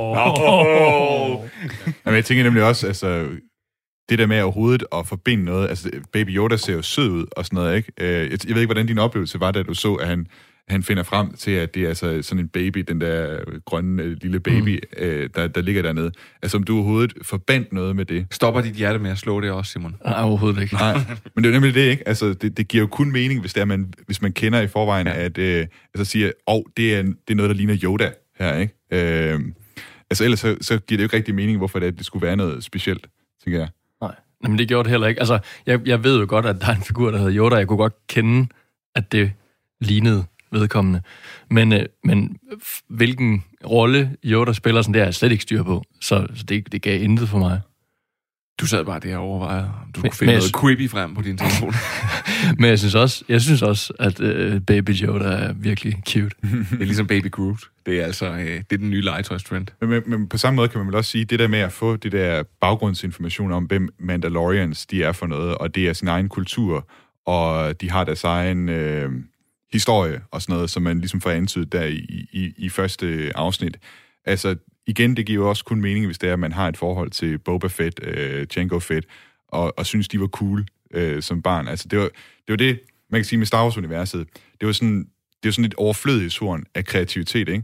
Jamen, jeg tænker nemlig også, altså, det der med overhovedet at forbinde noget, altså Baby Yoda ser jo sød ud og sådan noget, ikke? Jeg ved ikke, hvordan din oplevelse var, da du så, at han finder frem til, at det er altså sådan en baby, den der grønne lille baby, der ligger dernede. Altså, om du overhovedet forbandt noget med det. Stopper dit hjerte med at slå det også, Simon? Nej, overhovedet ikke. Nej, men det er jo nemlig det, ikke? Altså, det giver jo kun mening, hvis man kender i forvejen, at siger, det er noget, der ligner Yoda her, ikke? Altså, ellers så giver det jo ikke rigtig mening, hvorfor det skulle være noget specielt, tænker jeg. Nej, men det gjorde det heller ikke. Altså, jeg ved jo godt, at der er en figur, der hedder Yoda. Jeg kunne godt kende, at det lignede vedkommende. Men hvilken rolle Yoda spiller, sådan, det er jeg slet ikke styr på. Så det gav intet for mig. Du sad bare der og overvejede, om du kunne finde noget creepy frem på din telefon. Men jeg synes også, at Baby Yoda er virkelig cute. Det er ligesom Baby Groot. Det er altså det er den nye legetøjstrend. Men på samme måde kan man vel også sige, det der med at få det der baggrundsinformation om, hvem Mandalorians de er for noget, og det er sin egen kultur, og de har deres egen historie og sådan noget, som man ligesom får antydet der i første afsnit. Altså, igen, det giver jo også kun mening, hvis det er, at man har et forhold til Boba Fett, Jango Fett, og synes, de var cool som barn. Altså, det var det, man kan sige med Star Wars-universet. Det er jo sådan et overflødigt horn af kreativitet, ikke?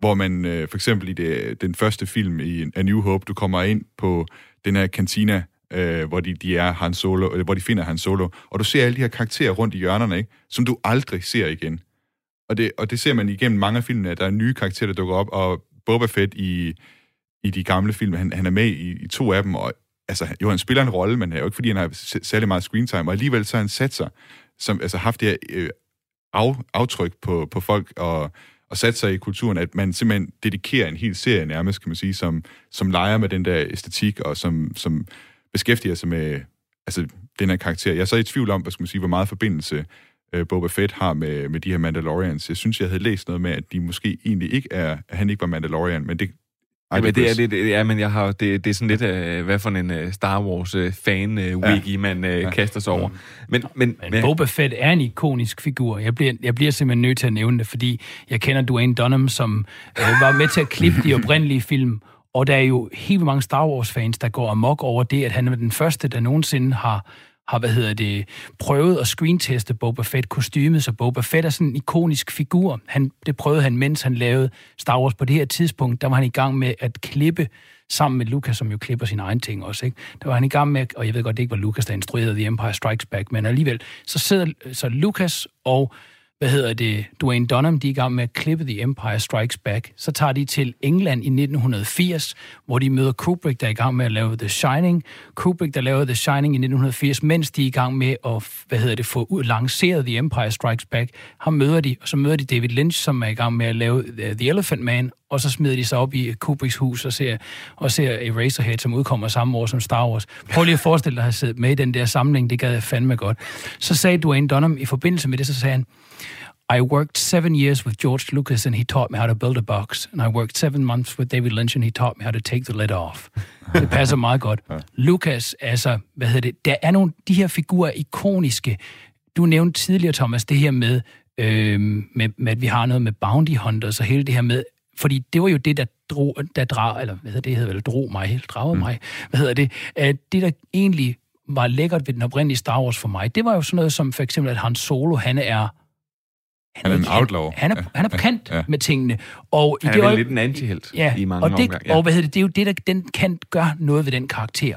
hvor man for eksempel i den første film i A New Hope, du kommer ind på den her kantina, hvor de er Han Solo, hvor de finder Han Solo, og du ser alle de her karakterer rundt i hjørnerne, ikke? Som du aldrig ser igen. Og det ser man igennem mange af filmene, at der er nye karakterer, der dukker op, og Boba Fett i de gamle film, han er med i 2 af dem, og altså, jo, han spiller en rolle, men det er jo ikke, fordi han har særlig meget screentime, og alligevel så har han sat sig, som altså haft det her aftryk på folk, og sat sig i kulturen, at man simpelthen dedikerer en hel serie nærmest, kan man sige, som leger med den der æstetik, og som beskæftiger sig med altså, den her karakter. Jeg er så i tvivl om, hvad skal man sige, hvor meget forbindelse Boba Fett har med de her Mandalorians. Jeg synes, jeg havde læst noget med, at de måske egentlig ikke han ikke var Mandalorian, men det... men jeg har det er sådan lidt hvad for en Star Wars fan wiki man kaster sig over. Men Boba Fett er en ikonisk figur. Jeg bliver simpelthen nødt til at nævne det, fordi jeg kender Dwayne Dunham, som var med til at klippe de oprindelige film, og der er jo helt mange Star Wars fans, der går amok over det, at han er den første, der nogensinde har prøvet at screenteste Boba Fett-kostymet, så Boba Fett er sådan en ikonisk figur. Det prøvede han, mens han lavede Star Wars på det her tidspunkt. Der var han i gang med at klippe sammen med Lucas, som jo klipper sine egne ting også, ikke? Der var han i gang med, og jeg ved godt, det ikke var Lucas, der instruerede The Empire Strikes Back, men alligevel, så Lucas og Dwayne Dunham, de er i gang med at klippe The Empire Strikes Back. Så tager de til England i 1980, hvor de møder Kubrick, der er i gang med at lave The Shining. Kubrick, der lavede The Shining i 1980, mens de er i gang med at få lanceret The Empire Strikes Back. Ham møder de, og så møder de David Lynch, som er i gang med at lave The Elephant Man, og så smider de sig op i Kubricks hus og ser Eraserhead, som udkommer samme år som Star Wars. Prøv lige at forestille dig at have siddet med i den der samling, det gad jeg fandme godt. Så sagde Dwayne Dunham i forbindelse med det, så sagde han, I worked 7 years with George Lucas, and he taught me how to build a box. And I worked 7 months with David Lynch, and he taught me how to take the lid off. Det passer meget godt. Lucas, altså, der er de her figurer ikoniske. Du nævnte tidligere, Thomas, det her med at vi har noget med bounty hunters, og hele det her med, fordi det var jo det, drog mig. Det, der egentlig var lækkert ved den oprindelige Star Wars for mig, det var jo sådan noget som for eksempel, at Han Solo, han er en outlaw. Han er på kant med tingene. Og han er lidt en antihelt i mange omgange. Ja. Og det er jo det, der den kant gør noget ved den karakter.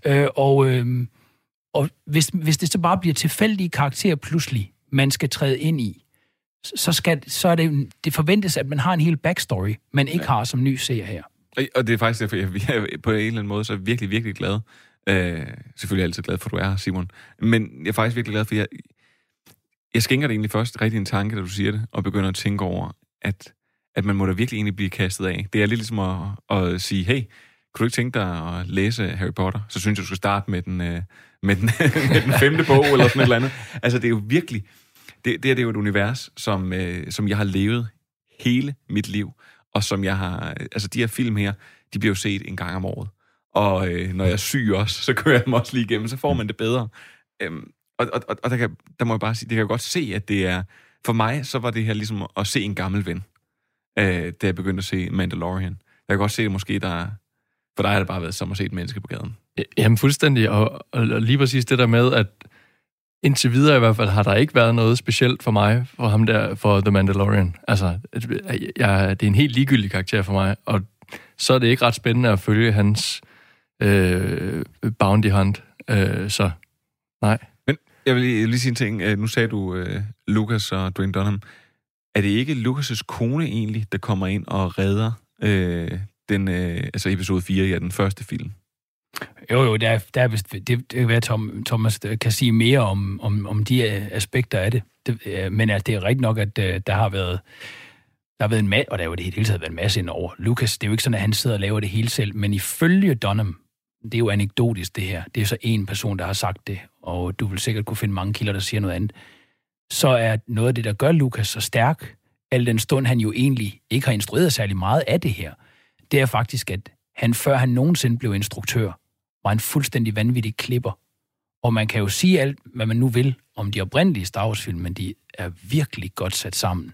Og hvis det så bare bliver tilfældige karakterer pludselig, man skal træde ind i, så er det forventes, at man har en hel backstory, man ikke har som ny seer her. Og det er faktisk derfor, jeg er på en eller anden måde så virkelig, virkelig glad. Selvfølgelig altid glad for, at du er her, Simon. Men jeg er faktisk virkelig glad for, jeg skænker det egentlig først rigtig en tanke, da du siger det, og begynder at tænke over, at man må da virkelig egentlig blive kastet af. Det er lidt ligesom at sige, hey, kunne du ikke tænke dig at læse Harry Potter? Så synes jeg, du skal starte med den 5. bog, eller sådan et eller andet. Altså, det er jo virkelig... Det er jo et univers, som jeg har levet hele mit liv, og som jeg har... Altså, de her film her, de bliver jo set en gang om året. Og når jeg er syg også, så kører jeg dem også lige igennem, så får man det bedre. Og der må jeg bare sige, det kan jeg godt se, at det er... For mig, så var det her ligesom at se en gammel ven, da jeg begyndte at se Mandalorian. Jeg kan godt se, at måske for dig har det bare været som at se et menneske på gaden. Jamen fuldstændig, og lige præcis det der med, at indtil videre i hvert fald har der ikke været noget specielt for mig, for ham der, for The Mandalorian. Altså, det er en helt ligegyldig karakter for mig, og så er det ikke ret spændende at følge hans bounty hunt, så nej. Men jeg vil lige sige en ting. Nu sagde du Lucas og Dwayne Dunham. Er det ikke Lucas' kone egentlig, der kommer ind og redder altså episode 4, den første film? Jo, der er vist, det kan være, Thomas kan sige mere om de aspekter af det. Men det er rigtigt nok, at der har været en masse, og der er jo det hele taget været en masse ind over. Lucas, det er jo ikke sådan, at han sidder og laver det hele selv, men ifølge Dunham, det er jo anekdotisk det her, det er så en person, der har sagt det, og du vil sikkert kunne finde mange kilder, der siger noget andet, så er noget af det, der gør Lucas så stærk, al den stund, han jo egentlig ikke har instrueret særlig meget af det her, det er faktisk, at han, før han nogensinde blev instruktør, var en fuldstændig vanvittig klipper. Og man kan jo sige alt, hvad man nu vil, om de oprindelige Star Wars-film, men de er virkelig godt sat sammen.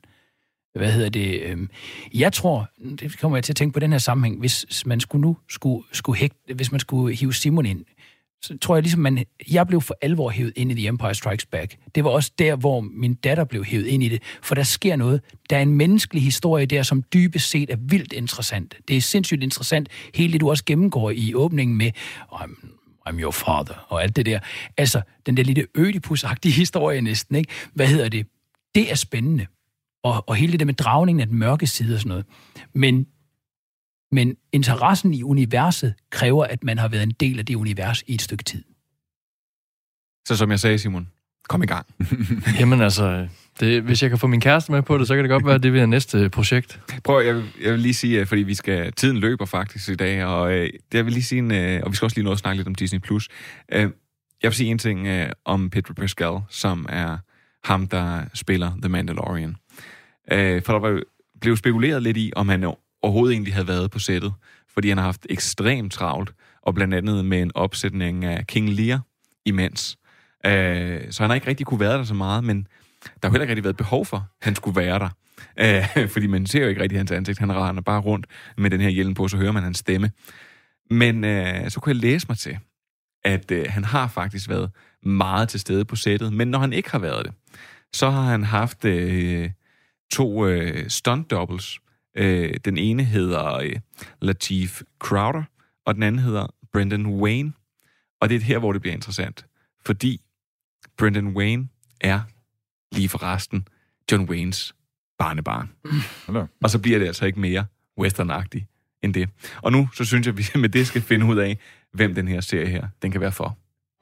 Jeg tror, det kommer jeg til at tænke på den her sammenhæng, hvis man skulle hive Simon ind, så tror jeg ligesom, jeg blev for alvor hævet ind i The Empire Strikes Back. Det var også der, hvor min datter blev hævet ind i det, for der sker noget. Der er en menneskelig historie der, som dybest set er vildt interessant. Det er sindssygt interessant, hele det, du også gennemgår i åbningen med I'm your father, og alt det der. Altså, den der lille ødipus-agtige historie næsten, ikke? Hvad hedder det? Det er spændende. Og hele det der med dragningen af den mørke side og sådan noget. Men interessen i universet kræver, at man har været en del af det univers i et stykke tid. Så som jeg sagde, Simon, kom i gang. Jamen altså, hvis jeg kan få min kæreste med på det, så kan det godt være, at det bliver næste projekt. Prøv, jeg vil lige sige, fordi tiden løber faktisk i dag, og jeg vil lige sige, og vi skal også lige nå at snakke lidt om Disney+. Jeg vil sige en ting om Pedro Pascal, som er ham, der spiller The Mandalorian. For der blev spekuleret lidt i, om han overhovedet egentlig havde været på sættet, fordi han har haft ekstremt travlt, og blandt andet med en opsætning af King Lear imens. Så han har ikke rigtig kunne være der så meget, men der har heller ikke rigtig været behov for, at han skulle være der. Fordi man ser jo ikke rigtig hans ansigt. Han render bare rundt med den her hjelm på, så hører man hans stemme. Men så kunne jeg læse mig til, at han har faktisk været meget til stede på sættet, men når han ikke har været det, så har han haft 2 stunt doubles. Den ene hedder Lateef Crowder, og den anden hedder Brendan Wayne. Og det er her, hvor det bliver interessant. Fordi Brendan Wayne er lige for resten John Waynes barnebarn. Og så bliver det altså ikke mere westernagtigt end det. Og nu, så synes jeg, at vi med det skal finde ud af, hvem den her serie her, den kan være for.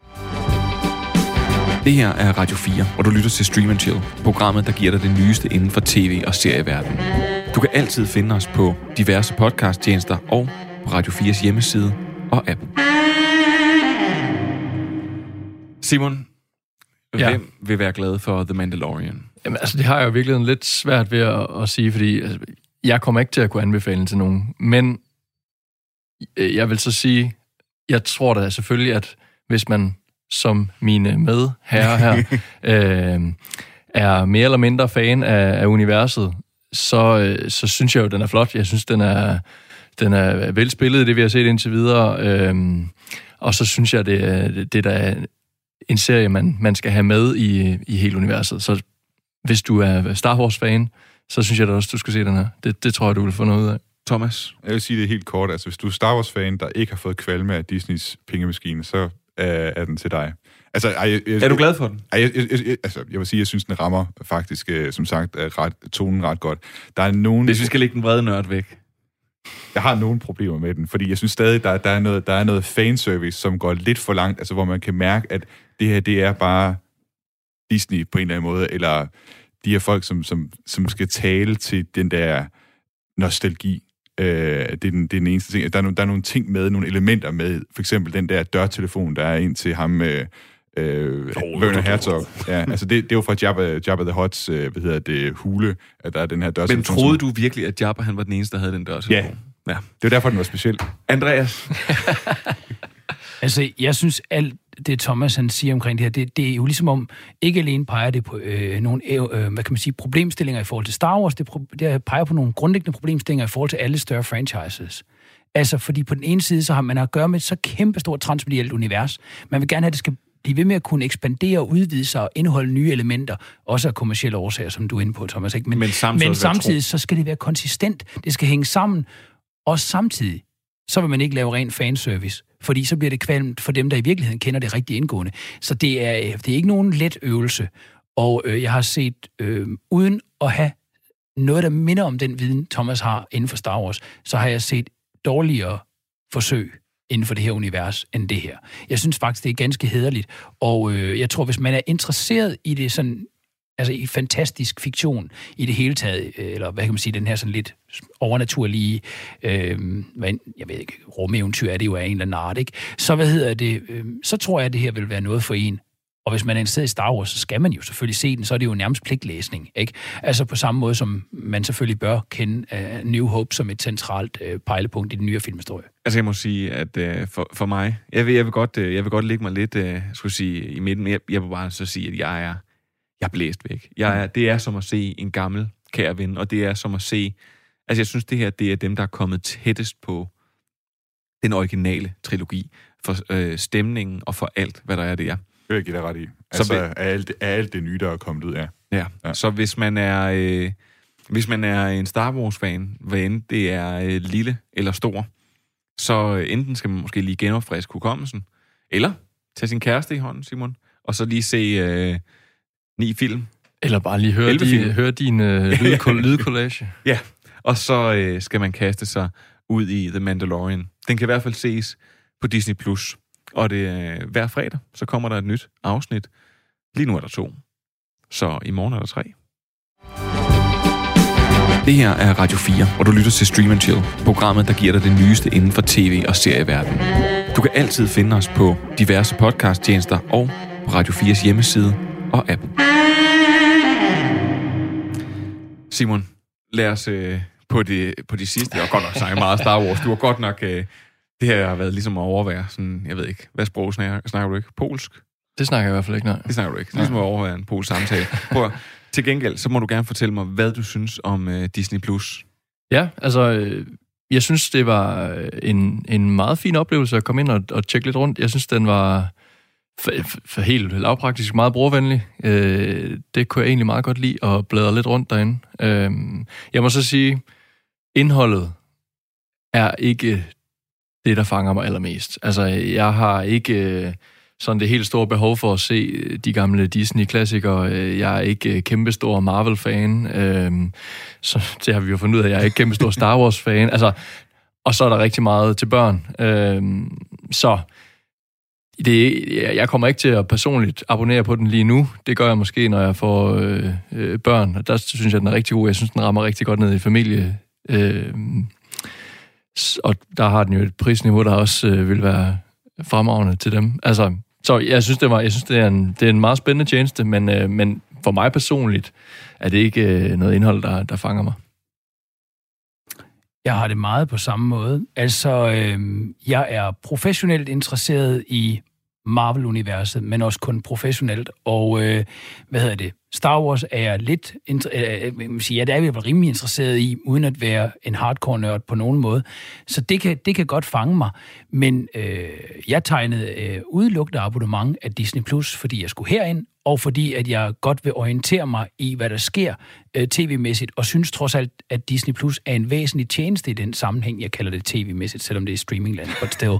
Det her er Radio 4, og du lytter til Stream & Chill, programmet, der giver dig det nyeste inden for tv- og serieverdenen. Du kan altid finde os på diverse podcasttjenester og på Radio 4's hjemmeside og app. Simon, hvem vil være glad for The Mandalorian? Jamen, altså, det har jeg jo virkelig lidt svært ved at sige, fordi altså, jeg kommer ikke til at kunne anbefale den til nogen. Men jeg vil så sige, jeg tror da selvfølgelig, at hvis man som mine medherrer her er mere eller mindre fan af universet, så synes jeg jo, den er flot. Jeg synes, den er velspillet, det vi har set indtil videre. Og så synes jeg, det der er en serie, man skal have med i hele universet. Så hvis du er Star Wars-fan, så synes jeg da også, du skal se den her. Det tror jeg, du vil få noget ud af. Thomas? Jeg vil sige det helt kort. Altså, hvis du er Star Wars-fan, der ikke har fået kvalme af Disneys pengemaskine, så er den til dig. Altså, er du glad for den? Jeg vil sige, jeg synes, den rammer faktisk, som sagt, tonen ret godt. Der er nogen... Hvis vi skal lægge den brede nørd væk. Jeg har nogle problemer med den, fordi jeg synes stadig, der er noget fanservice, som går lidt for langt, altså hvor man kan mærke, at det her, det er bare Disney på en eller anden måde, eller de her folk, som skal tale til den der nostalgi. Det er den eneste ting. Der er nogle ting med, nogle elementer med, for eksempel den der dørtelefon, der er ind til ham med Werner Herzog. Ja, altså det er jo fra Jabba the Hutts, hule, at der er den her dørtelefon. Men troede du virkelig, at Jabba han var den eneste, der havde den dørtelefon? Ja. Det var derfor, den var speciel. Andreas? Altså, jeg synes, alt det Thomas han siger omkring det her, det er jo ligesom om, ikke alene peger det på nogle, hvad kan man sige, problemstillinger i forhold til Star Wars, det peger på nogle grundlæggende problemstillinger i forhold til alle større franchises. Altså, fordi på den ene side, så har man at gøre med et så kæmpestort transmedielt univers. Man vil gerne have, at det skal blive ved med at kunne ekspandere og udvide sig og indeholde nye elementer, også af kommercielle årsager, som du er inde på, Thomas. Ikke? Men samtidig så skal det være konsistent. Det skal hænge sammen. Og samtidig, så vil man ikke lave ren fanservice, fordi så bliver det kvalmt for dem, der i virkeligheden kender det rigtig indgående. Så det er ikke nogen let øvelse. Og jeg har set, uden at have noget, der minder om den viden, Thomas har inden for Star Wars, så har jeg set dårligere forsøg inden for det her univers end det her. Jeg synes faktisk, det er ganske hæderligt. Og jeg tror, hvis man er interesseret i det sådan, altså i fantastisk fiktion i det hele taget, eller hvad kan man sige, den her sådan lidt overnaturlige, jeg ved ikke, rumeventyr er det jo af en eller anden art, ikke? Så så tror jeg, at det her vil være noget for en. Og hvis man er interesseret i Star Wars, så skal man jo selvfølgelig se den, så er det jo nærmest pligtlæsning, ikke? Altså på samme måde, som man selvfølgelig bør kende New Hope som et centralt pejlepunkt i den nye filmhistorie. Altså jeg må sige, at for mig, jeg vil godt lægge mig lidt, i midten, jeg vil bare så sige, at jeg er blæst væk. Det er som at se en gammel kær ven, og det er som at se, altså jeg synes det her, det er dem, der er kommet tættest på den originale trilogi, for stemningen og for alt, hvad der er der. Det vil jeg give dig ret i. Altså, alt det nye, der er kommet ud af. Ja, så hvis man er en Star Wars-fan, hvad end det er lille eller stor, så enten skal man måske lige genopfriske hukommelsen, eller tage sin kæreste i hånden, Simon, og så lige se 9 film. Eller bare lige høre din lydcollage. Ja, og så skal man kaste sig ud i The Mandalorian. Den kan i hvert fald ses på Disney+. Og det hver fredag, så kommer der et nyt afsnit. Lige nu er der 2. Så i morgen er der 3. Det her er Radio 4, og du lytter til Stream & Chill, programmet, der giver dig det nyeste inden for tv- og serieverdenen. Du kan altid finde os på diverse podcasttjenester og på Radio 4's hjemmeside og app. Simon, lad os på de sidste, jeg har godt nok sagt meget Star Wars. Du har godt nok, det her har været ligesom at overvære sådan, jeg ved ikke, hvad sprog snakker du ikke? Polsk? Det snakker jeg i hvert fald ikke, nej. Det snakker du ikke. Det er ligesom at overvære en polsk samtale. Prøv, til gengæld, så må du gerne fortælle mig, hvad du synes om Disney+. Ja, altså, jeg synes, det var en meget fin oplevelse at komme ind og tjekke lidt rundt. Jeg synes, den var for helt lavpraktisk meget brugervenlig. Det kunne jeg egentlig meget godt lide at bladre lidt rundt derinde. Jeg må så sige, indholdet er ikke det, der fanger mig allermest. Altså, jeg har ikke sådan det helt store behov for at se de gamle Disney-klassikere. Jeg er ikke kæmpestor Marvel-fan. Så det har vi jo fundet ud af, jeg er ikke kæmpestor Star Wars-fan. Altså, og så er der rigtig meget til børn. Så jeg kommer ikke til at personligt abonnere på den lige nu. Det gør jeg måske, når jeg får børn. Og der synes jeg, den er rigtig god. Jeg synes, den rammer rigtig godt ned i familie. Og der har den jo et prisniveau, der også vil være fremragende til dem. Altså, så jeg synes, det er en meget spændende tjeneste, men for mig personligt er det ikke noget indhold, der fanger mig. Jeg har det meget på samme måde. Altså, jeg er professionelt interesseret i Marvel-universet, men også kun professionelt. Og, Star Wars er jeg lidt, det er jeg rimelig interesseret i, uden at være en hardcore-nørd på nogen måde. Så det kan godt fange mig. Men jeg tegnede udelukkende abonnement af Disney+, fordi jeg skulle herind, og fordi at jeg godt vil orientere mig i, hvad der sker tv-mæssigt, og synes trods alt, at Disney Plus er en væsentlig tjeneste i den sammenhæng. Jeg kalder det tv-mæssigt, selvom det er streamingland, but still.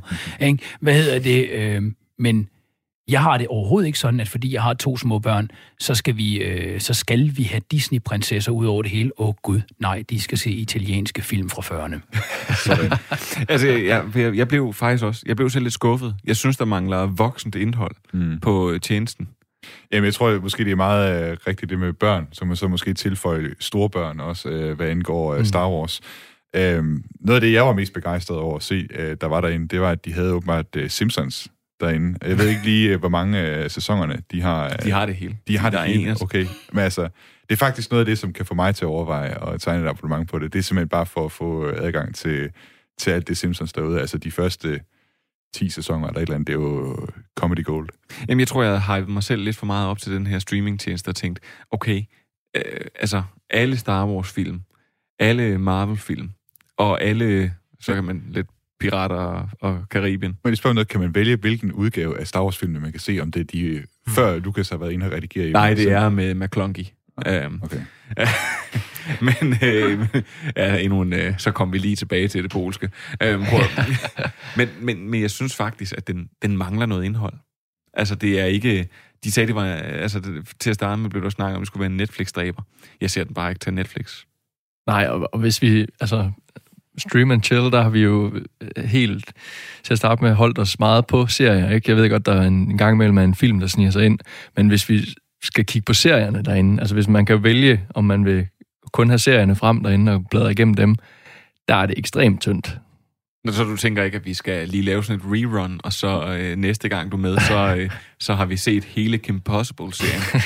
Men jeg har det overhovedet ikke sådan, at fordi jeg har 2 små børn, så skal vi have Disney-prinsesser ud over det hele. Gud, nej, de skal se italienske film fra 40'erne. Altså, jeg blev faktisk også, selv lidt skuffet. Jeg synes, der mangler voksent indhold på tjenesten. Jamen, jeg tror måske, det er meget rigtigt det med børn, som man så måske tilføjer store børn også, hvad angår Star Wars. Noget af det, jeg var mest begejstret over at se, der var derinde, det var, at de havde åbenbart Simpsons derinde. Jeg ved ikke lige, hvor mange af sæsonerne de har. De har det hele. De har det hele, okay. Men altså, det er faktisk noget af det, som kan få mig til at overveje at tegne et abonnement på det. Det er simpelthen bare for at få adgang til alt det Simpsons derude. Altså, de første 10 sæsoner eller et eller andet, det er jo comedy gold. Jamen, jeg tror, jeg havde hypet mig selv lidt for meget op til den her streamingtjeneste og tænkt, okay, altså, alle Star Wars-film, alle Marvel-film, og alle, så kan man lidt Pirater og Karibien. Men jeg spørger noget, kan man vælge, hvilken udgave af Star Wars-filmene man kan se, om det er de, før Lucas har været inde og redigere i? Nej, det er med McClunky. Okay. Men så kom vi lige tilbage til det polske. Men jeg synes faktisk, at den mangler noget indhold. Altså, det er ikke... De sagde, det var... Altså, til at starte med blev der snakket om, at det skulle være en Netflix-dræber. Jeg ser den bare ikke til Netflix. Nej, og hvis vi... Altså, Stream & Chill, der har vi jo helt til at starte med holdt os meget på serier, ikke? Jeg ved godt, der er en gang imellem en film, der sniger sig ind, men hvis vi skal kigge på serierne derinde, altså hvis man kan vælge, om man vil kun have serierne frem derinde og bladre igennem dem, der er det ekstremt tyndt. Så du tænker ikke, at vi skal lige lave sådan et rerun, og så næste gang du er med, så har vi set hele Kim Possible-serien.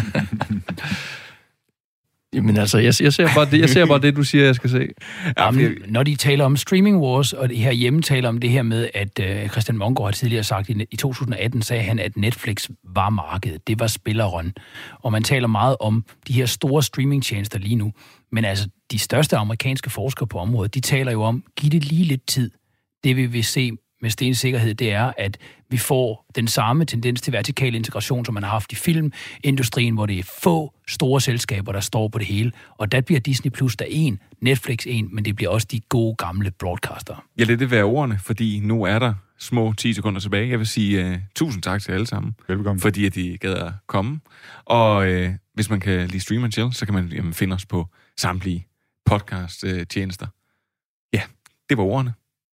Jamen altså, jeg ser bare det, du siger, jeg skal se. Jamen, når de taler om streaming wars, og de her hjemme taler om det her med, at Christian Mongård har tidligere sagt, i 2018 sagde han, at Netflix var markedet. Det var spilleren. Og man taler meget om de her store streamingtjenester lige nu. Men altså, de største amerikanske forskere på området, de taler jo om, giv det lige lidt tid. det vi vil se med stensikkerhed, det er, at vi får den samme tendens til vertikal integration, som man har haft i filmindustrien, hvor det er få store selskaber, der står på det hele. Og der bliver Disney Plus der en, Netflix en, men det bliver også de gode gamle broadcaster. Jeg lader det være ordene, fordi nu er der små 10 sekunder tilbage. Jeg vil sige tusind tak til alle sammen. Velkommen. Fordi at de gad at komme. Og hvis man kan lide Stream & Chill, så kan man finde os på samtlige podcast-tjenester. Ja, det var ordene.